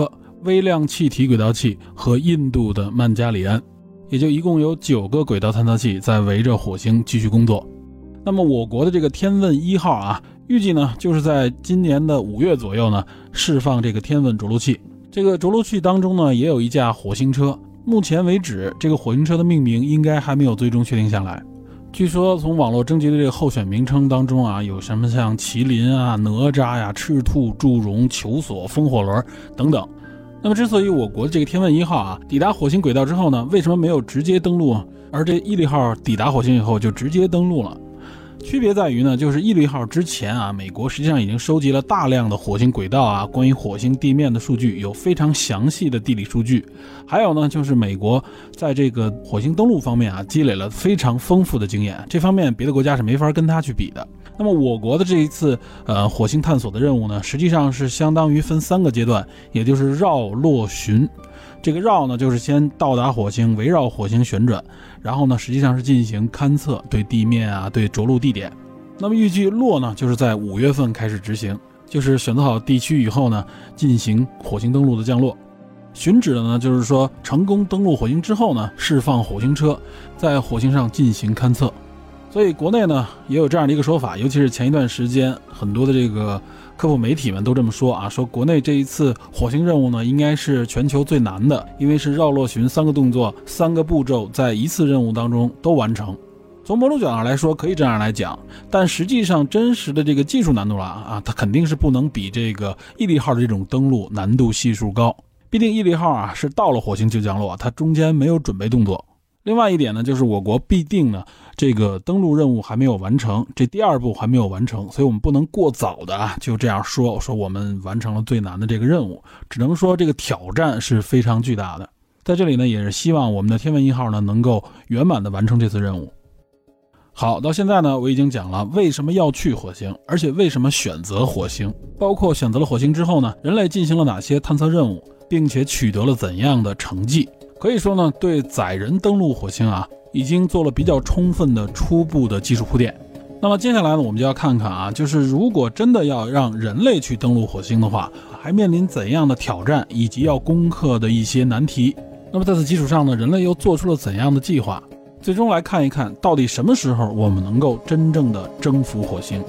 微量气体轨道器和印度的曼加里安，也就一共有九个轨道探测器在围着火星继续工作。那么我国的这个天问一号啊，预计呢就是在今年的五月左右呢释放这个天问着陆器。这个着陆器当中呢也有一架火星车，目前为止这个火星车的命名应该还没有最终确定下来。据说从网络征集的这个候选名称当中啊，有什么像麒麟啊、哪吒呀、赤兔、祝融、求索、风火轮等等。那么之所以我国的这个天问一号啊抵达火星轨道之后呢，为什么没有直接登陆啊？而这毅力号抵达火星以后就直接登陆了？区别在于呢，就是毅力号之前啊，美国实际上已经收集了大量的火星轨道啊，关于火星地面的数据，有非常详细的地理数据。还有呢，就是美国在这个火星登陆方面啊，积累了非常丰富的经验，这方面别的国家是没法跟它去比的。那么我国的这一次呃火星探索的任务呢，实际上是相当于分三个阶段，也就是绕、落、巡。这个绕呢，就是先到达火星，围绕火星旋转，然后呢，实际上是进行勘测，对地面啊，对着陆地点。那么预计落呢，就是在五月份开始执行，就是选择好地区以后呢，进行火星登陆的降落。巡指的呢，就是说成功登陆火星之后呢，释放火星车，在火星上进行勘测。所以国内呢也有这样的一个说法，尤其是前一段时间很多的这个科普媒体们都这么说啊，说国内这一次火星任务呢应该是全球最难的，因为是绕、落、巡三个动作、三个步骤在一次任务当中都完成。从某种角度上来说可以这样来讲，但实际上真实的这个技术难度了啊，它肯定是不能比这个毅力号的这种登陆难度系数高。毕竟毅力号啊是到了火星就降落，它中间没有准备动作。另外一点呢，就是我国必定呢这个登陆任务还没有完成，这第二步还没有完成，所以我们不能过早的啊就这样说说我们完成了最难的这个任务，只能说这个挑战是非常巨大的。在这里呢，也是希望我们的天问一号呢能够圆满的完成这次任务。好，到现在呢，我已经讲了为什么要去火星，而且为什么选择火星，包括选择了火星之后呢，人类进行了哪些探测任务，并且取得了怎样的成绩。可以说呢，对载人登陆火星啊，已经做了比较充分的初步的技术铺垫。那么接下来呢，我们就要看看啊，就是如果真的要让人类去登陆火星的话，还面临怎样的挑战，以及要攻克的一些难题。那么在此基础上呢，人类又做出了怎样的计划？最终来看一看，到底什么时候我们能够真正的征服火星。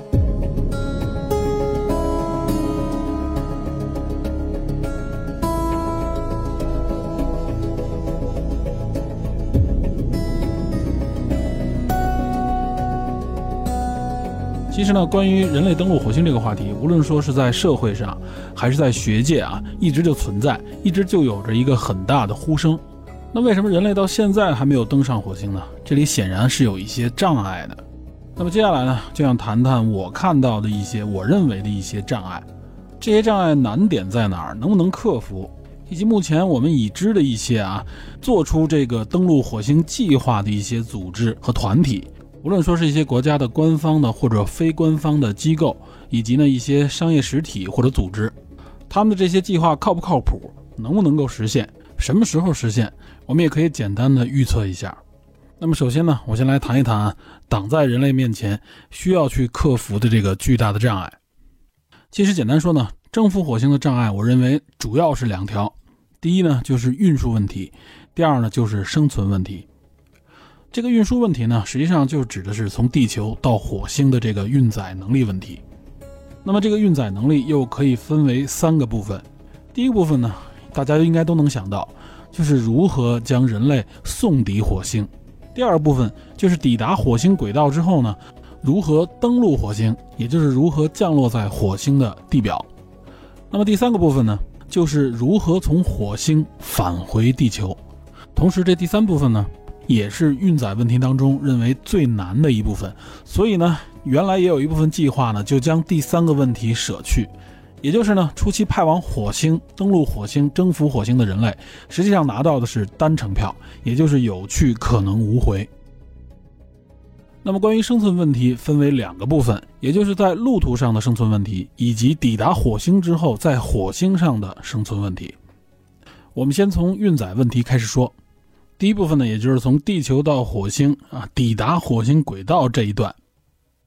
其实呢，关于人类登陆火星这个话题，无论说是在社会上还是在学界啊，一直就存在，一直就有着一个很大的呼声。那为什么人类到现在还没有登上火星呢？这里显然是有一些障碍的。那么接下来呢，就想谈谈我看到的一些我认为的一些障碍。这些障碍难点在哪儿？能不能克服？以及目前我们已知的一些啊，做出这个登陆火星计划的一些组织和团体。无论说是一些国家的官方的或者非官方的机构，以及呢一些商业实体或者组织，他们的这些计划靠不靠谱，能不能够实现，什么时候实现，我们也可以简单的预测一下。那么首先呢，我先来谈一谈啊，挡在人类面前需要去克服的这个巨大的障碍。其实简单说呢，征服火星的障碍，我认为主要是两条。第一呢，就是运输问题；第二呢，就是生存问题。这个运输问题呢，实际上就指的是从地球到火星的这个运载能力问题。那么这个运载能力又可以分为三个部分。第一个部分呢，大家应该都能想到，就是如何将人类送抵火星。第二个部分就是抵达火星轨道之后呢，如何登陆火星，也就是如何降落在火星的地表。那么第三个部分呢，就是如何从火星返回地球。同时这第三部分呢，也是运载问题当中认为最难的一部分，所以呢，原来也有一部分计划呢，就将第三个问题舍去，也就是呢，初期派往火星、登陆火星、征服火星的人类，实际上拿到的是单程票，也就是有去可能无回。那么关于生存问题分为两个部分，也就是在路途上的生存问题，以及抵达火星之后在火星上的生存问题。我们先从运载问题开始说。第一部分呢，也就是从地球到火星啊，抵达火星轨道这一段。大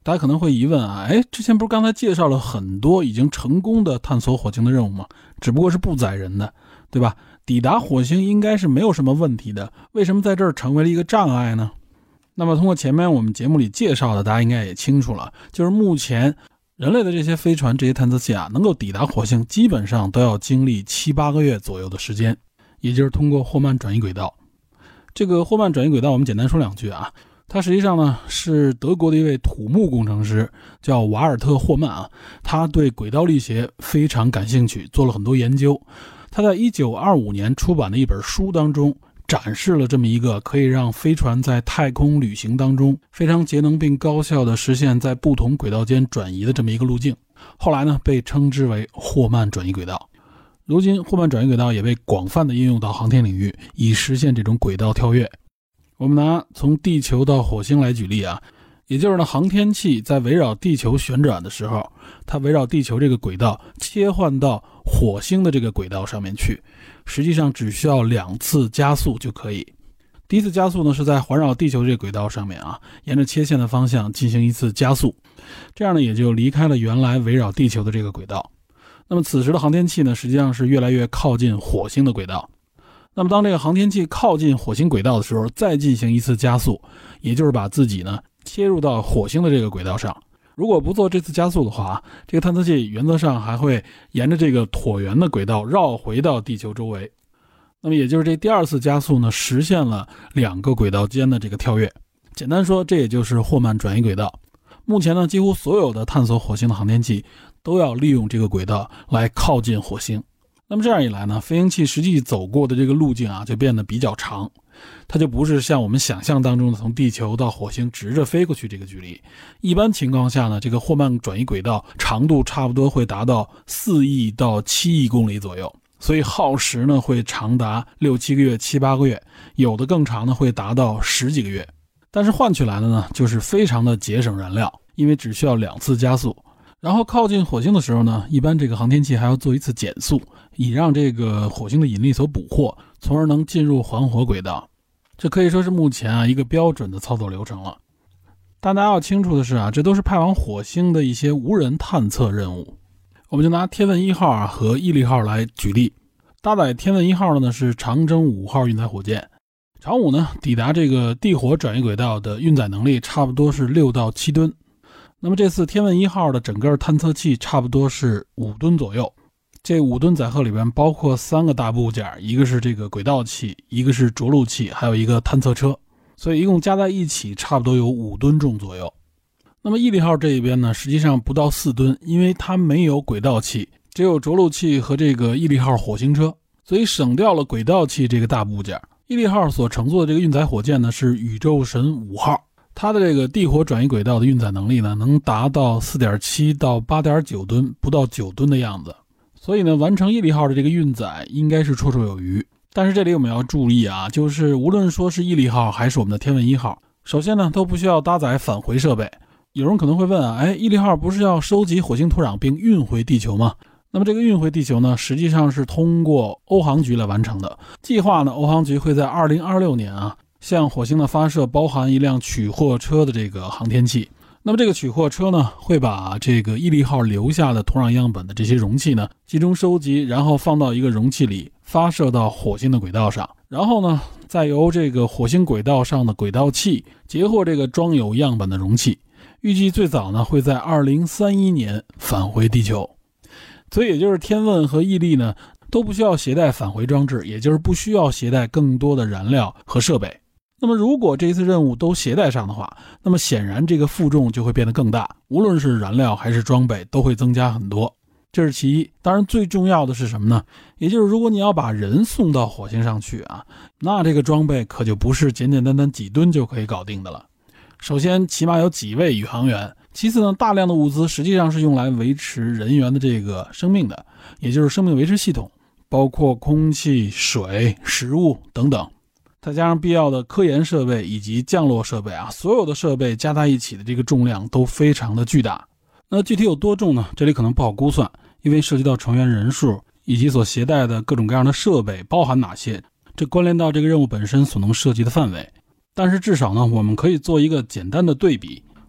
大家可能会疑问啊，哎，之前不是刚才介绍了很多已经成功的探索火星的任务吗？只不过是不载人的，对吧？抵达火星应该是没有什么问题的，为什么在这儿成为了一个障碍呢？那么通过前面我们节目里介绍的，大家应该也清楚了，就是目前人类的这些飞船、这些探测器啊，能够抵达火星，基本上都要经历七八个月左右的时间，也就是通过霍曼转移轨道。这个霍曼转移轨道我们简单说两句啊，他实际上呢是德国的一位土木工程师，叫瓦尔特·霍曼啊，他对轨道力学非常感兴趣，做了很多研究。他在一九二五年出版的一本书当中展示了这么一个可以让飞船在太空旅行当中非常节能并高效的实现在不同轨道间转移的这么一个路径，后来呢被称之为霍曼转移轨道。如今霍曼转移轨道也被广泛的应用到航天领域，以实现这种轨道跳跃。我们拿从地球到火星来举例啊，也就是呢，航天器在围绕地球旋转的时候，它围绕地球这个轨道切换到火星的这个轨道上面去，实际上只需要两次加速就可以。第一次加速呢是在环绕地球这个轨道上面啊，沿着切线的方向进行一次加速，这样呢也就离开了原来围绕地球的这个轨道。那么此时的航天器呢，实际上是越来越靠近火星的轨道。那么当这个航天器靠近火星轨道的时候，再进行一次加速，也就是把自己呢切入到火星的这个轨道上。如果不做这次加速的话，这个探测器原则上还会沿着这个椭圆的轨道绕回到地球周围。那么也就是这第二次加速呢，实现了两个轨道间的这个跳跃。简单说，这也就是霍曼转移轨道。目前呢，几乎所有的探索火星的航天器都要利用这个轨道来靠近火星。那么这样一来呢，飞行器实际走过的这个路径啊，就变得比较长，它就不是像我们想象当中的从地球到火星直着飞过去这个距离。一般情况下呢，这个霍曼转移轨道长度差不多会达到四亿到七亿公里左右，所以耗时呢会长达六七个月、七八个月，有的更长呢会达到十几个月。但是换取来的呢，就是非常的节省燃料，因为只需要两次加速。然后靠近火星的时候呢，一般这个航天器还要做一次减速，以让这个火星的引力所捕获，从而能进入环火轨道。这可以说是目前啊一个标准的操作流程了。但大家要清楚的是啊，这都是派往火星的一些无人探测任务。我们就拿天问一号啊和毅力号来举例。搭载天问一号的呢是长征五号运载火箭，长五呢抵达这个地火转移轨道的运载能力差不多是六到七吨。那么这次天问一号的整个探测器差不多是五吨左右，这五吨载荷里边包括三个大部件，一个是这个轨道器，一个是着陆器，还有一个探测车，所以一共加在一起差不多有五吨重左右。那么毅力号这一边呢，实际上不到四吨，因为它没有轨道器，只有着陆器和这个毅力号火星车，所以省掉了轨道器这个大部件。毅力号所乘坐的这个运载火箭呢是宇宙神五号，它的这个地火转移轨道的运载能力呢能达到 四点七 到 八点九 吨，不到九吨的样子。所以呢，完成毅力号的这个运载应该是绰绰有余。但是这里我们要注意啊，就是无论说是毅力号还是我们的天问一号，首先呢都不需要搭载返回设备。有人可能会问啊，哎，毅力号不是要收集火星土壤并运回地球吗？那么这个运回地球呢，实际上是通过欧航局来完成的。计划呢，欧航局会在二零二六年啊，向火星的发射包含一辆取货车的这个航天器。那么这个取货车呢，会把这个毅力号留下的土壤样本的这些容器呢，集中收集，然后放到一个容器里，发射到火星的轨道上。然后呢，再由这个火星轨道上的轨道器截获这个装有样本的容器。预计最早呢，会在二零三一年返回地球。所以也就是天问和毅力呢，都不需要携带返回装置，也就是不需要携带更多的燃料和设备。那么如果这一次任务都携带上的话，那么显然这个负重就会变得更大，无论是燃料还是装备都会增加很多，这是其一。当然最重要的是什么呢？也就是如果你要把人送到火星上去啊，那这个装备可就不是简简单单几吨就可以搞定的了。首先起码有几位宇航员，其次呢，大量的物资实际上是用来维持人员的这个生命的，也就是生命维持系统，包括空气、水、食物等等，再加上必要的科研设备以及降落设备啊，所有的设备加在一起的这个重量都非常的巨大。那具体有多重呢？这里可能不好估算，因为涉及到成员人数以及所携带的各种各样的设备包含哪些，这关联到这个任务本身所能涉及的范围。但是至少呢，我们可以做一个简单的对比。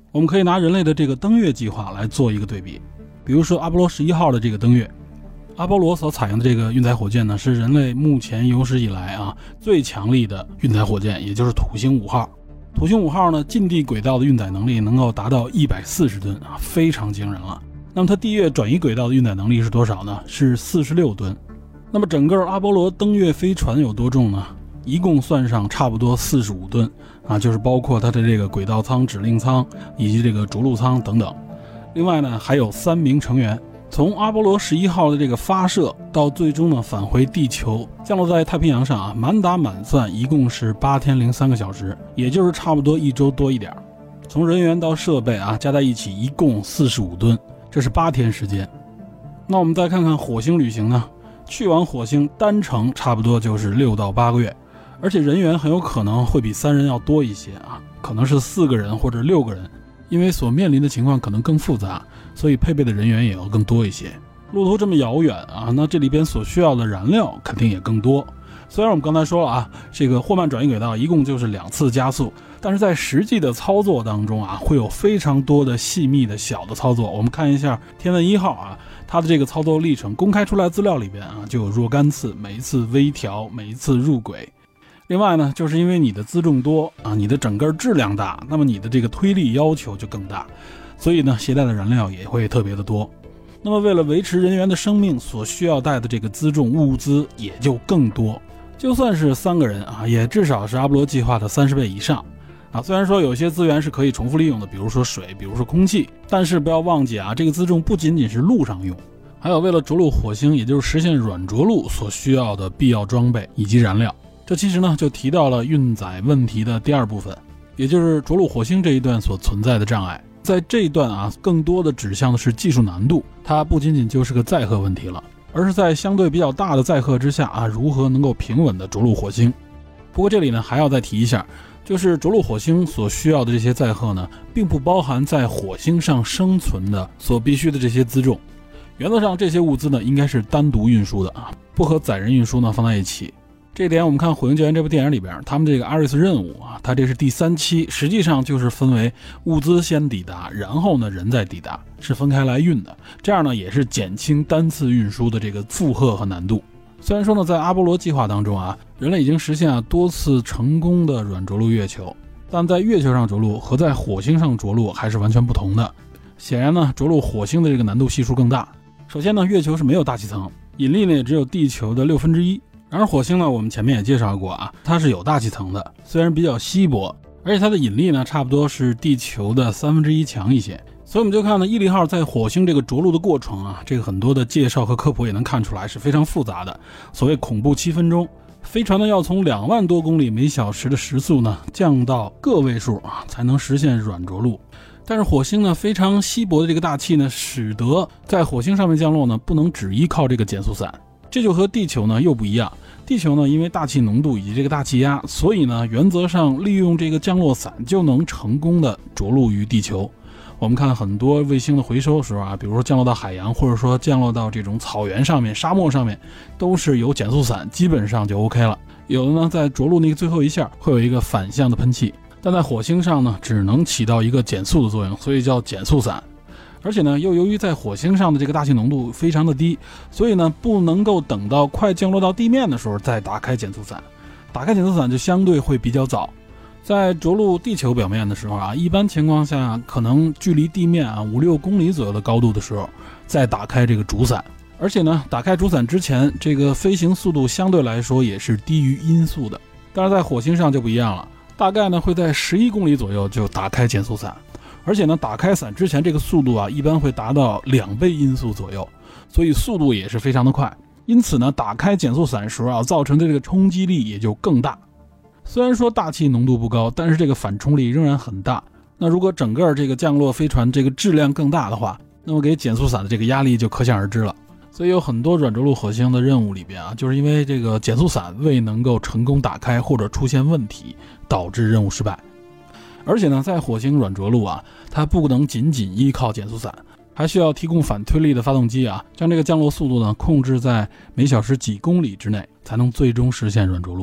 我们可以拿人类的这个登月计划来做一个对比。比如说阿波罗十一号的这个登月，阿波罗所采用的这个运载火箭呢，是人类目前有史以来啊最强力的运载火箭，也就是土星五号。土星五号呢，近地轨道的运载能力能够达到一百四十吨啊，非常惊人了。那么它地月转移轨道的运载能力是多少呢？是四十六吨。那么整个阿波罗登月飞船有多重呢？一共算上差不多四十五吨啊，就是包括它的这个轨道舱、指令舱以及这个着陆舱等等。另外呢，还有三名成员。从阿波罗十一号的这个发射到最终呢返回地球，降落在太平洋上啊，满打满算一共是八天零三个小时，也就是差不多一周多一点。从人员到设备啊，加在一起一共四十五吨，这是八天时间。那我们再看看火星旅行呢，去往火星单程差不多就是六到八个月。而且人员很有可能会比三人要多一些啊，可能是四个人或者六个人，因为所面临的情况可能更复杂，所以配备的人员也要更多一些。路途这么遥远啊，那这里边所需要的燃料肯定也更多。虽然我们刚才说了啊，这个霍曼转移轨道一共就是两次加速，但是在实际的操作当中啊，会有非常多的细密的小的操作。我们看一下天问一号啊，它的这个操作历程公开出来资料里边啊，就有若干次，每一次微调，每一次入轨。另外呢，就是因为你的辎重多啊，你的整个质量大，那么你的这个推力要求就更大，所以呢，携带的燃料也会特别的多。那么为了维持人员的生命，所需要带的这个辎重物资也就更多。就算是三个人啊，也至少是阿波罗计划的三十倍以上啊。虽然说有些资源是可以重复利用的，比如说水，比如说空气，但是不要忘记啊，这个辎重不仅仅是路上用，还有为了着陆火星，也就是实现软着陆所需要的必要装备以及燃料。这其实呢，就提到了运载问题的第二部分，也就是着陆火星这一段所存在的障碍。在这一段啊，更多的指向的是技术难度，它不仅仅就是个载荷问题了，而是在相对比较大的载荷之下啊，如何能够平稳的着陆火星。不过这里呢，还要再提一下，就是着陆火星所需要的这些载荷呢，并不包含在火星上生存的所必须的这些辎重。原则上，这些物资呢，应该是单独运输的啊，不和载人运输呢放在一起。这一点我们看《火星救援》这部电影里边，他们这个阿瑞斯任务啊，它这是第三期，实际上就是分为物资先抵达，然后呢人再抵达，是分开来运的。这样呢也是减轻单次运输的这个负荷和难度。虽然说呢，在阿波罗计划当中啊，人类已经实现了多次成功的软着陆月球，但在月球上着陆和在火星上着陆还是完全不同的。显然呢，着陆火星的这个难度系数更大。首先呢，月球是没有大气层，引力呢也只有地球的六分之一。然而火星呢，我们前面也介绍过啊，它是有大气层的，虽然比较稀薄，而且它的引力呢，差不多是地球的三分之一强一些。所以我们就看呢，毅力号在火星这个着陆的过程啊，这个很多的介绍和科普也能看出来是非常复杂的。所谓恐怖七分钟，飞船呢要从两万多公里每小时的时速呢降到个位数啊，才能实现软着陆。但是火星呢非常稀薄的这个大气呢，使得在火星上面降落呢，不能只依靠这个减速伞。这就和地球呢又不一样，地球呢因为大气浓度以及这个大气压，所以呢原则上利用这个降落伞就能成功的着陆于地球。我们看很多卫星的回收时候啊，比如说降落到海洋，或者说降落到这种草原上面、沙漠上面，都是有减速伞，基本上就 OK 了。有的呢在着陆那个最后一下会有一个反向的喷气，但在火星上呢只能起到一个减速的作用，所以叫减速伞。而且呢，又由于在火星上的这个大气浓度非常的低，所以呢，不能够等到快降落到地面的时候再打开减速伞，打开减速伞就相对会比较早。在着陆地球表面的时候啊，一般情况下可能距离地面啊五六公里左右的高度的时候，再打开这个主伞。而且呢，打开主伞之前，这个飞行速度相对来说也是低于音速的。但是在火星上就不一样了，大概呢会在十一公里左右就打开减速伞。而且呢，打开伞之前这个速度啊，一般会达到两倍音速左右，所以速度也是非常的快。因此呢，打开减速伞时啊，造成的这个冲击力也就更大。虽然说大气浓度不高，但是这个反冲力仍然很大。那如果整个这个降落飞船这个质量更大的话，那么给减速伞的这个压力就可想而知了。所以有很多软着陆火星的任务里边啊，就是因为这个减速伞未能够成功打开或者出现问题，导致任务失败。而且呢，在火星软着陆啊，它不能仅仅依靠减速伞，还需要提供反推力的发动机啊，将这个降落速度呢控制在每小时几公里之内，才能最终实现软着陆。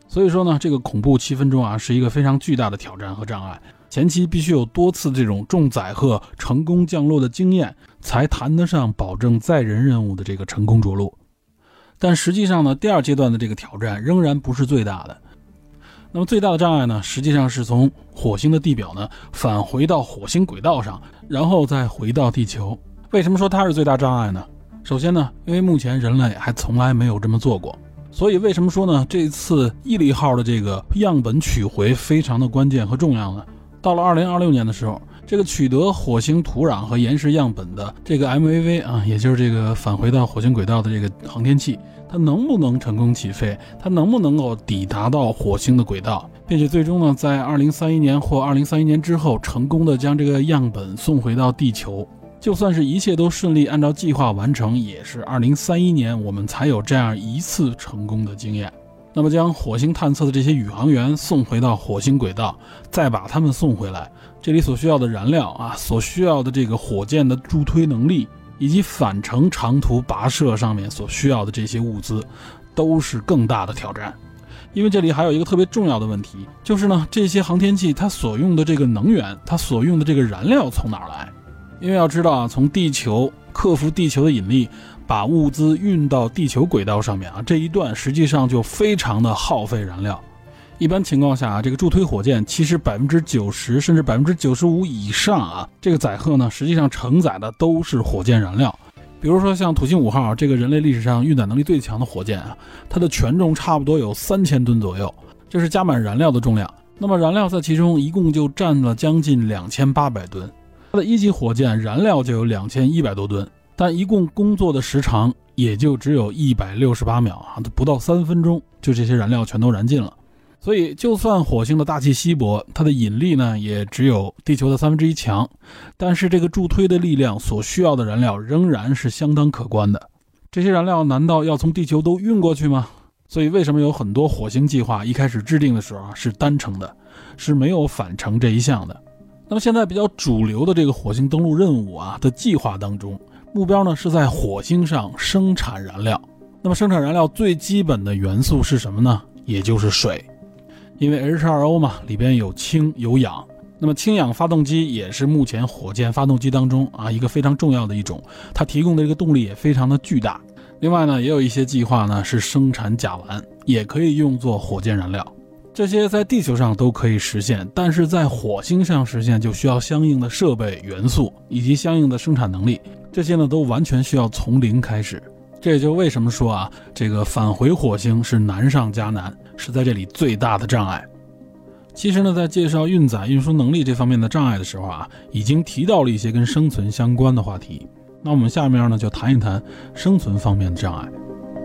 所以说呢，这个恐怖气氛中啊，是一个非常巨大的挑战和障碍。前期必须有多次这种重载荷成功降落的经验，才谈得上保证载人任务的这个成功着陆。但实际上呢，第二阶段的这个挑战仍然不是最大的。那么最大的障碍呢，实际上是从火星的地表呢返回到火星轨道上，然后再回到地球。为什么说它是最大障碍呢？首先呢，因为目前人类还从来没有这么做过。所以为什么说呢，这次毅力号的这个样本取回非常的关键和重要呢？到了二零二六年的时候，这个取得火星土壤和岩石样本的这个 M A V 啊，也就是这个返回到火星轨道的这个航天器，它能不能成功起飞，它能不能够抵达到火星的轨道，并且最终呢，在二零三一年或二零三一年之后成功的将这个样本送回到地球。就算是一切都顺利按照计划完成，也是二零三一年我们才有这样一次成功的经验。那么将火星探测的这些宇航员送回到火星轨道，再把他们送回来，这里所需要的燃料啊，所需要的这个火箭的助推能力，以及返程长途跋涉上面所需要的这些物资，都是更大的挑战。因为这里还有一个特别重要的问题，就是呢，这些航天器它所用的这个能源，它所用的这个燃料从哪儿来？因为要知道啊，从地球克服地球的引力，把物资运到地球轨道上面啊，这一段实际上就非常的耗费燃料。一般情况下啊，这个助推火箭其实 百分之九十 甚至 百分之九十五 以上啊，这个载荷呢实际上承载的都是火箭燃料。比如说像土星五号这个人类历史上运载能力最强的火箭啊，它的权重差不多有三千吨左右，这是加满燃料的重量。那么燃料在其中一共就占了将近两千八百吨。它的一级火箭燃料就有两千一百多吨，但一共工作的时长也就只有一百六十八秒啊，不到三分钟就这些燃料全都燃尽了。所以就算火星的大气稀薄，它的引力呢也只有地球的三分之一强，但是这个助推的力量所需要的燃料仍然是相当可观的。这些燃料难道要从地球都运过去吗？所以为什么有很多火星计划一开始制定的时候啊是单程的，是没有返程这一项的。那么现在比较主流的这个火星登陆任务啊的计划当中，目标呢是在火星上生产燃料。那么生产燃料最基本的元素是什么呢？也就是水。因为 H 二 O 嘛，里边有氢有氧，那么氢氧发动机也是目前火箭发动机当中啊一个非常重要的一种，它提供的这个动力也非常的巨大。另外呢，也有一些计划呢是生产甲烷，也可以用作火箭燃料。这些在地球上都可以实现，但是在火星上实现就需要相应的设备、元素以及相应的生产能力，这些呢都完全需要从零开始。这也就为什么说啊，这个返回火星是难上加难，是在这里最大的障碍。其实呢，在介绍运载运输能力这方面的障碍的时候啊，已经提到了一些跟生存相关的话题。那我们下面呢就谈一谈生存方面的障碍。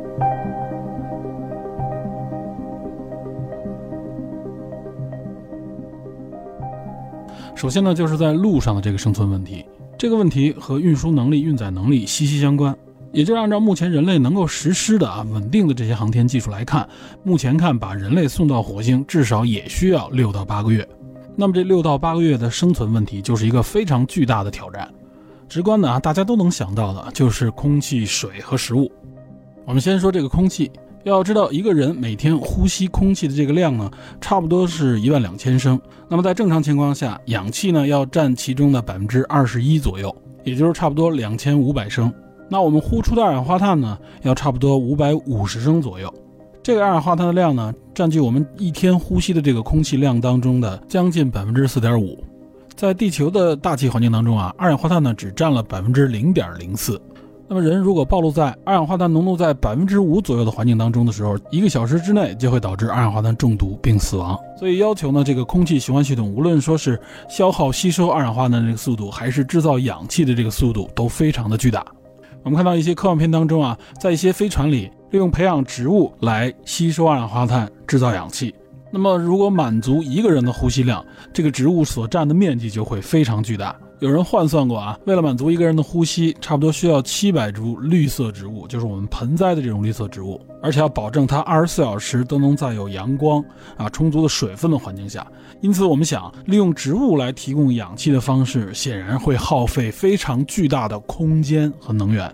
首先呢，就是在路上的这个生存问题，这个问题和运输能力、运载能力息息相关。也就是按照目前人类能够实施的啊稳定的这些航天技术来看，目前看把人类送到火星至少也需要六到八个月。那么这六到八个月的生存问题就是一个非常巨大的挑战。直观的啊，大家都能想到的就是空气、水和食物。我们先说这个空气，要知道一个人每天呼吸空气的这个量呢，差不多是一万两千升。那么在正常情况下，氧气呢要占其中的百分之二十一左右，也就是差不多两千五百升。那我们呼出的二氧化碳呢，要差不多五百五十升左右。这个二氧化碳的量呢，占据我们一天呼吸的这个空气量当中的将近 百分之四点五。在地球的大气环境当中啊，二氧化碳呢只占了 百分之零点零四。那么人如果暴露在二氧化碳浓度在 百分之五 左右的环境当中的时候，一个小时之内就会导致二氧化碳中毒并死亡。所以要求呢，这个空气循环系统无论说是消耗吸收二氧化碳的这个速度，还是制造氧气的这个速度都非常的巨大。我们看到一些科幻片当中啊，在一些飞船里利用培养植物来吸收二氧化碳制造氧气。那么如果满足一个人的呼吸量，这个植物所占的面积就会非常巨大。有人换算过啊，为了满足一个人的呼吸，差不多需要七百株绿色植物，就是我们盆栽的这种绿色植物，而且要保证它二十四小时都能在有阳光啊充足的水分的环境下。因此我们想，利用植物来提供氧气的方式显然会耗费非常巨大的空间和能源。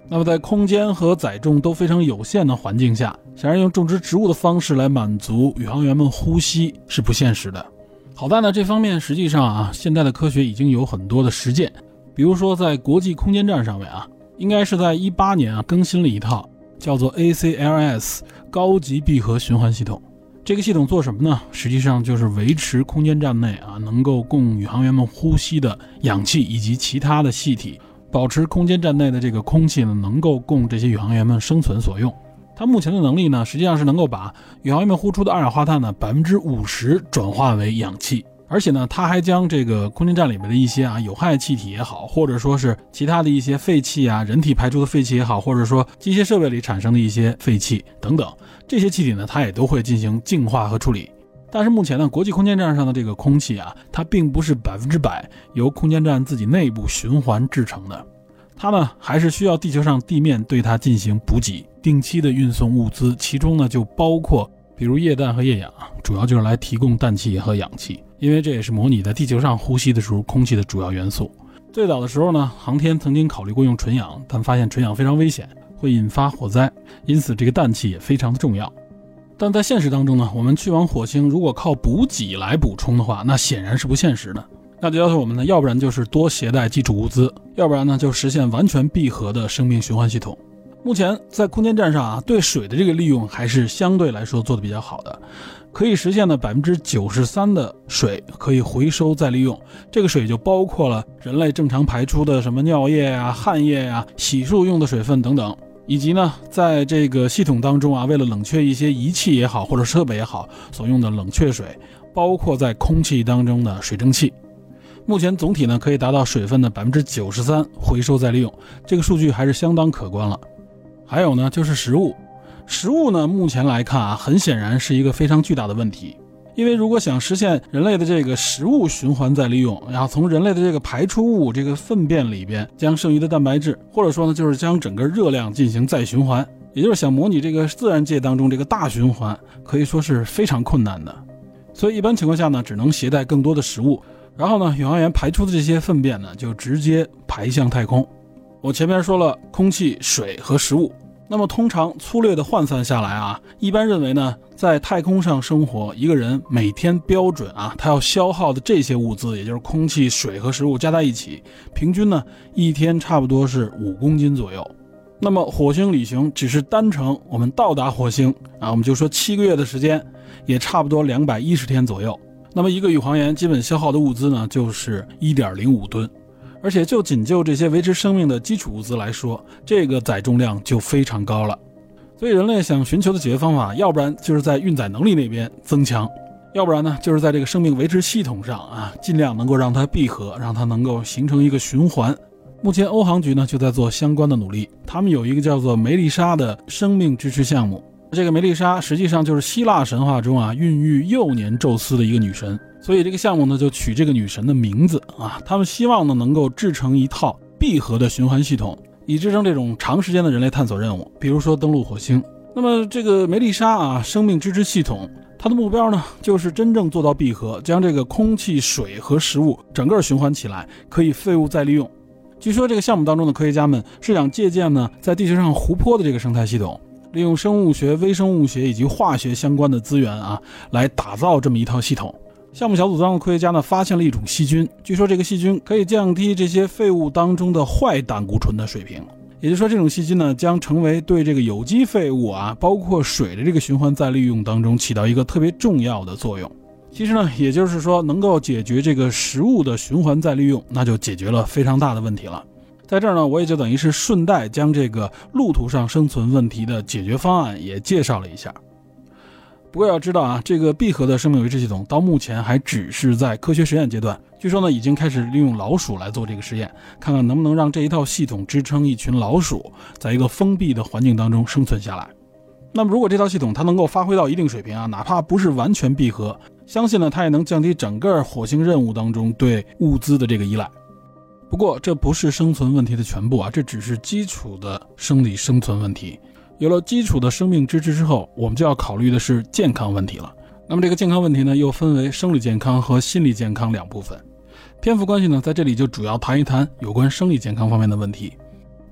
那么在空间和载重都非常有限的环境下，想要用种植植物的方式来满足宇航员们呼吸是不现实的。好在呢，这方面实际上啊，现代的科学已经有很多的实践。比如说在国际空间站上面啊，应该是在一八年啊更新了一套叫做 A C L S 高级闭合循环系统。这个系统做什么呢？实际上就是维持空间站内啊能够供宇航员们呼吸的氧气以及其他的气体，保持空间站内的这个空气呢能够供这些宇航员们生存所用。它目前的能力呢，实际上是能够把宇航员们呼出的二氧化碳呢 百分之五十 转化为氧气，而且呢，它还将这个空间站里面的一些啊有害气体也好，或者说是其他的一些废气啊，人体排出的废气也好，或者说机械设备里产生的一些废气等等，这些气体呢，它也都会进行净化和处理。但是目前呢，国际空间站上的这个空气啊，它并不是百分之百由空间站自己内部循环制成的，它呢还是需要地球上地面对它进行补给，定期的运送物资，其中呢就包括比如液氮和液氧，主要就是来提供氮气和氧气，因为这也是模拟在地球上呼吸的时候空气的主要元素。最早的时候呢，航天曾经考虑过用纯氧，但发现纯氧非常危险，会引发火灾，因此这个氮气也非常的重要。但在现实当中呢，我们去往火星如果靠补给来补充的话，那显然是不现实的。那就要求我们呢，要不然就是多携带基础物资，要不然呢就实现完全闭合的生命循环系统。目前在空间站上啊，对水的这个利用还是相对来说做得比较好的，可以实现的 百分之九十三 的水可以回收再利用。这个水就包括了人类正常排出的什么尿液啊、汗液啊、洗漱用的水分等等，以及呢在这个系统当中啊，为了冷却一些仪器也好或者设备也好所用的冷却水，包括在空气当中的水蒸气。目前总体呢可以达到水分的 百分之九十三 回收再利用，这个数据还是相当可观了。还有呢就是食物，食物呢目前来看啊，很显然是一个非常巨大的问题。因为如果想实现人类的这个食物循环再利用，然后从人类的这个排出物这个粪便里边将剩余的蛋白质，或者说呢就是将整个热量进行再循环，也就是想模拟这个自然界当中这个大循环，可以说是非常困难的。所以一般情况下呢，只能携带更多的食物，然后呢宇航员排出的这些粪便呢就直接排向太空。我前面说了空气、水和食物，那么通常粗略的换算下来啊，一般认为呢，在太空上生活，一个人每天标准啊，他要消耗的这些物资，也就是空气、水和食物加在一起，平均呢一天差不多是五公斤左右。那么火星旅行只是单程我们到达火星啊，我们就说七个月的时间，也差不多两百一十天左右。那么一个宇航员基本消耗的物资呢，就是 一点零五吨。而且就仅就这些维持生命的基础物资来说，这个载重量就非常高了。所以人类想寻求的解决方法，要不然就是在运载能力那边增强，要不然呢就是在这个生命维持系统上啊，尽量能够让它闭合，让它能够形成一个循环。目前欧航局呢就在做相关的努力，他们有一个叫做梅丽莎的生命支持项目。这个梅丽莎实际上就是希腊神话中啊孕育幼年宙斯的一个女神，所以这个项目呢就取这个女神的名字啊，他们希望呢能够制成一套闭合的循环系统，以支撑这种长时间的人类探索任务，比如说登陆火星。那么这个梅丽莎啊生命支持系统，它的目标呢就是真正做到闭合，将这个空气、水和食物整个循环起来，可以废物再利用。据说这个项目当中的科学家们是想借鉴呢在地球上湖泊的这个生态系统，利用生物学、微生物学以及化学相关的资源啊，来打造这么一套系统。项目小组当中的科学家呢，发现了一种细菌，据说这个细菌可以降低这些废物当中的坏胆固醇的水平。也就是说，这种细菌呢，将成为对这个有机废物啊，包括水的这个循环再利用当中起到一个特别重要的作用。其实呢，也就是说，能够解决这个食物的循环再利用，那就解决了非常大的问题了。在这儿呢，我也就等于是顺带将这个路途上生存问题的解决方案也介绍了一下。不过要知道啊，这个闭合的生命维持系统到目前还只是在科学实验阶段，据说呢已经开始利用老鼠来做这个实验，看看能不能让这一套系统支撑一群老鼠在一个封闭的环境当中生存下来。那么如果这套系统它能够发挥到一定水平啊，哪怕不是完全闭合，相信呢它也能降低整个火星任务当中对物资的这个依赖。不过这不是生存问题的全部啊，这只是基础的生理生存问题。有了基础的生命支持之后，我们就要考虑的是健康问题了。那么这个健康问题呢，又分为生理健康和心理健康两部分。篇幅关系呢，在这里就主要谈一谈有关生理健康方面的问题。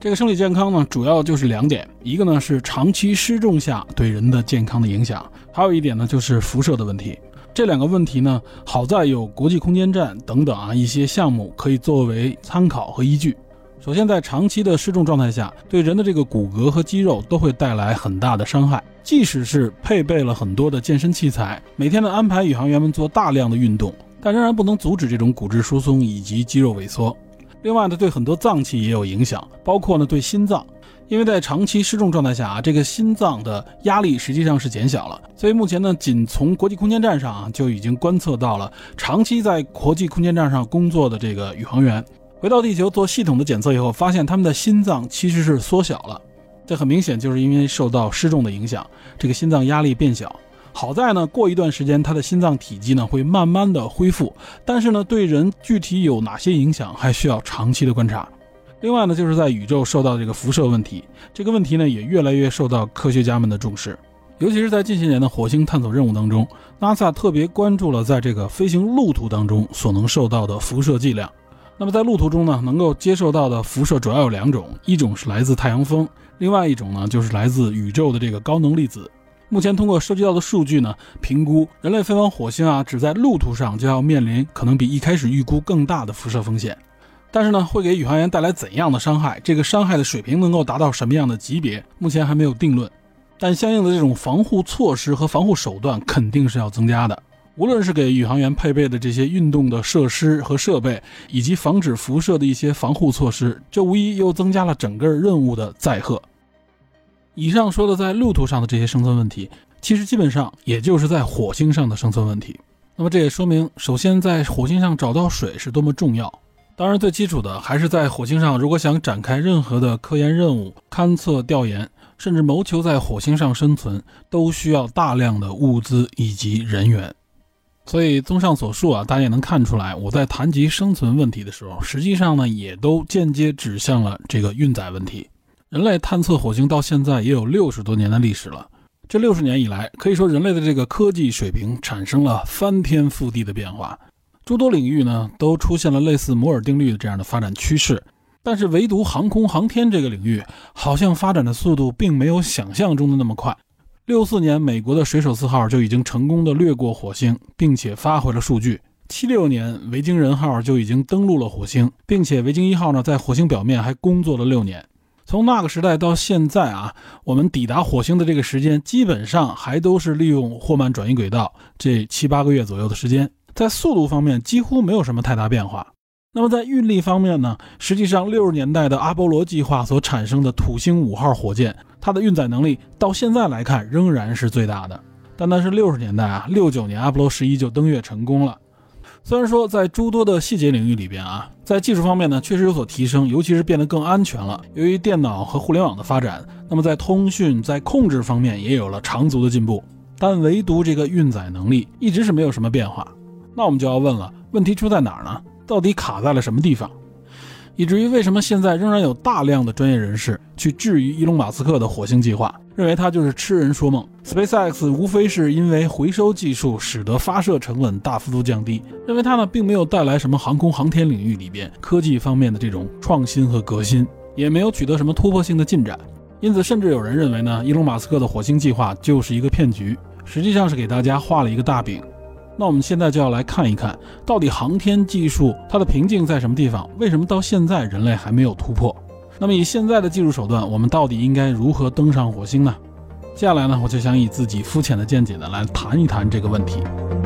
这个生理健康呢，主要就是两点，一个呢是长期失重下对人的健康的影响，还有一点呢就是辐射的问题。这两个问题呢，好在有国际空间站等等啊一些项目可以作为参考和依据。首先，在长期的失重状态下，对人的这个骨骼和肌肉都会带来很大的伤害。即使是配备了很多的健身器材，每天的安排宇航员们做大量的运动，但仍然不能阻止这种骨质疏松以及肌肉萎缩。另外呢，对很多脏器也有影响，包括呢对心脏。因为在长期失重状态下啊，这个心脏的压力实际上是减小了，所以目前呢，仅从国际空间站上啊就已经观测到了长期在国际空间站上工作的这个宇航员，回到地球做系统的检测以后，发现他们的心脏其实是缩小了。这很明显就是因为受到失重的影响，这个心脏压力变小。好在呢，过一段时间他的心脏体积呢会慢慢的恢复，但是呢，对人具体有哪些影响还需要长期的观察。另外呢，就是在宇宙受到这个辐射问题，这个问题呢也越来越受到科学家们的重视。尤其是在近些年的火星探索任务当中， NASA 特别关注了在这个飞行路途当中所能受到的辐射剂量。那么在路途中呢，能够接受到的辐射主要有两种，一种是来自太阳风，另外一种呢就是来自宇宙的这个高能粒子。目前通过收集到的数据呢，评估人类飞往火星啊，只在路途上就要面临可能比一开始预估更大的辐射风险。但是呢，会给宇航员带来怎样的伤害，这个伤害的水平能够达到什么样的级别，目前还没有定论。但相应的这种防护措施和防护手段肯定是要增加的，无论是给宇航员配备的这些运动的设施和设备，以及防止辐射的一些防护措施，这无疑又增加了整个任务的载荷。以上说的在路途上的这些生存问题，其实基本上也就是在火星上的生存问题。那么这也说明，首先在火星上找到水是多么重要。当然最基础的还是在火星上，如果想展开任何的科研任务、勘测调研，甚至谋求在火星上生存，都需要大量的物资以及人员。所以综上所述啊，大家也能看出来，我在谈及生存问题的时候，实际上呢也都间接指向了这个运载问题。人类探测火星到现在也有六十多年的历史了，这六十年以来，可以说人类的这个科技水平产生了翻天覆地的变化。诸多领域呢都出现了类似摩尔定律这样的发展趋势，但是唯独航空航天这个领域好像发展的速度并没有想象中的那么快。六四年美国的水手四号就已经成功的掠过火星，并且发回了数据。七六年维京人号就已经登陆了火星，并且维京一号呢在火星表面还工作了六年。从那个时代到现在啊，我们抵达火星的这个时间基本上还都是利用霍曼转移轨道这七八个月左右的时间，在速度方面几乎没有什么太大变化。那么在运力方面呢，实际上六十年代的阿波罗计划所产生的土星五号火箭，它的运载能力到现在来看仍然是最大的。但那是六十年代啊，六九年阿波罗十一就登月成功了。虽然说在诸多的细节领域里边啊，在技术方面呢确实有所提升，尤其是变得更安全了。由于电脑和互联网的发展，那么在通讯在控制方面也有了长足的进步，但唯独这个运载能力一直是没有什么变化。那我们就要问了，问题出在哪儿呢？到底卡在了什么地方？以至于为什么现在仍然有大量的专业人士去质疑伊隆马斯克的火星计划，认为他就是痴人说梦。 SpaceX 无非是因为回收技术使得发射成本大幅度降低，认为它呢并没有带来什么航空航天领域里边科技方面的这种创新和革新，也没有取得什么突破性的进展。因此甚至有人认为呢，伊隆马斯克的火星计划就是一个骗局，实际上是给大家画了一个大饼。那我们现在就要来看一看，到底航天技术它的瓶颈在什么地方，为什么到现在人类还没有突破。那么以现在的技术手段，我们到底应该如何登上火星呢？接下来呢，我就想以自己肤浅的见解呢来谈一谈这个问题。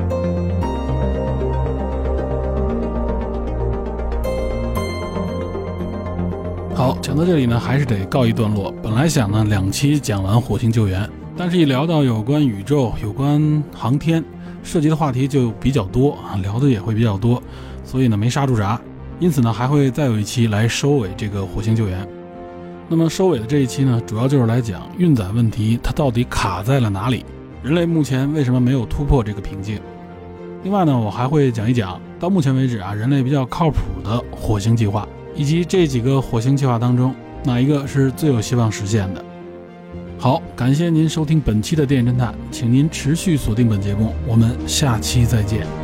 好，讲到这里呢，还是得告一段落。本来想呢两期讲完火星救援，但是一聊到有关宇宙、有关航天，涉及的话题就比较多啊，聊的也会比较多，所以呢没刹住闸。因此呢，还会再有一期来收尾这个火星救援。那么收尾的这一期呢，主要就是来讲运载问题它到底卡在了哪里，人类目前为什么没有突破这个瓶颈。另外呢，我还会讲一讲到目前为止啊，人类比较靠谱的火星计划，以及这几个火星计划当中哪一个是最有希望实现的。好，感谢您收听本期的电影侦探，请您持续锁定本节目，我们下期再见。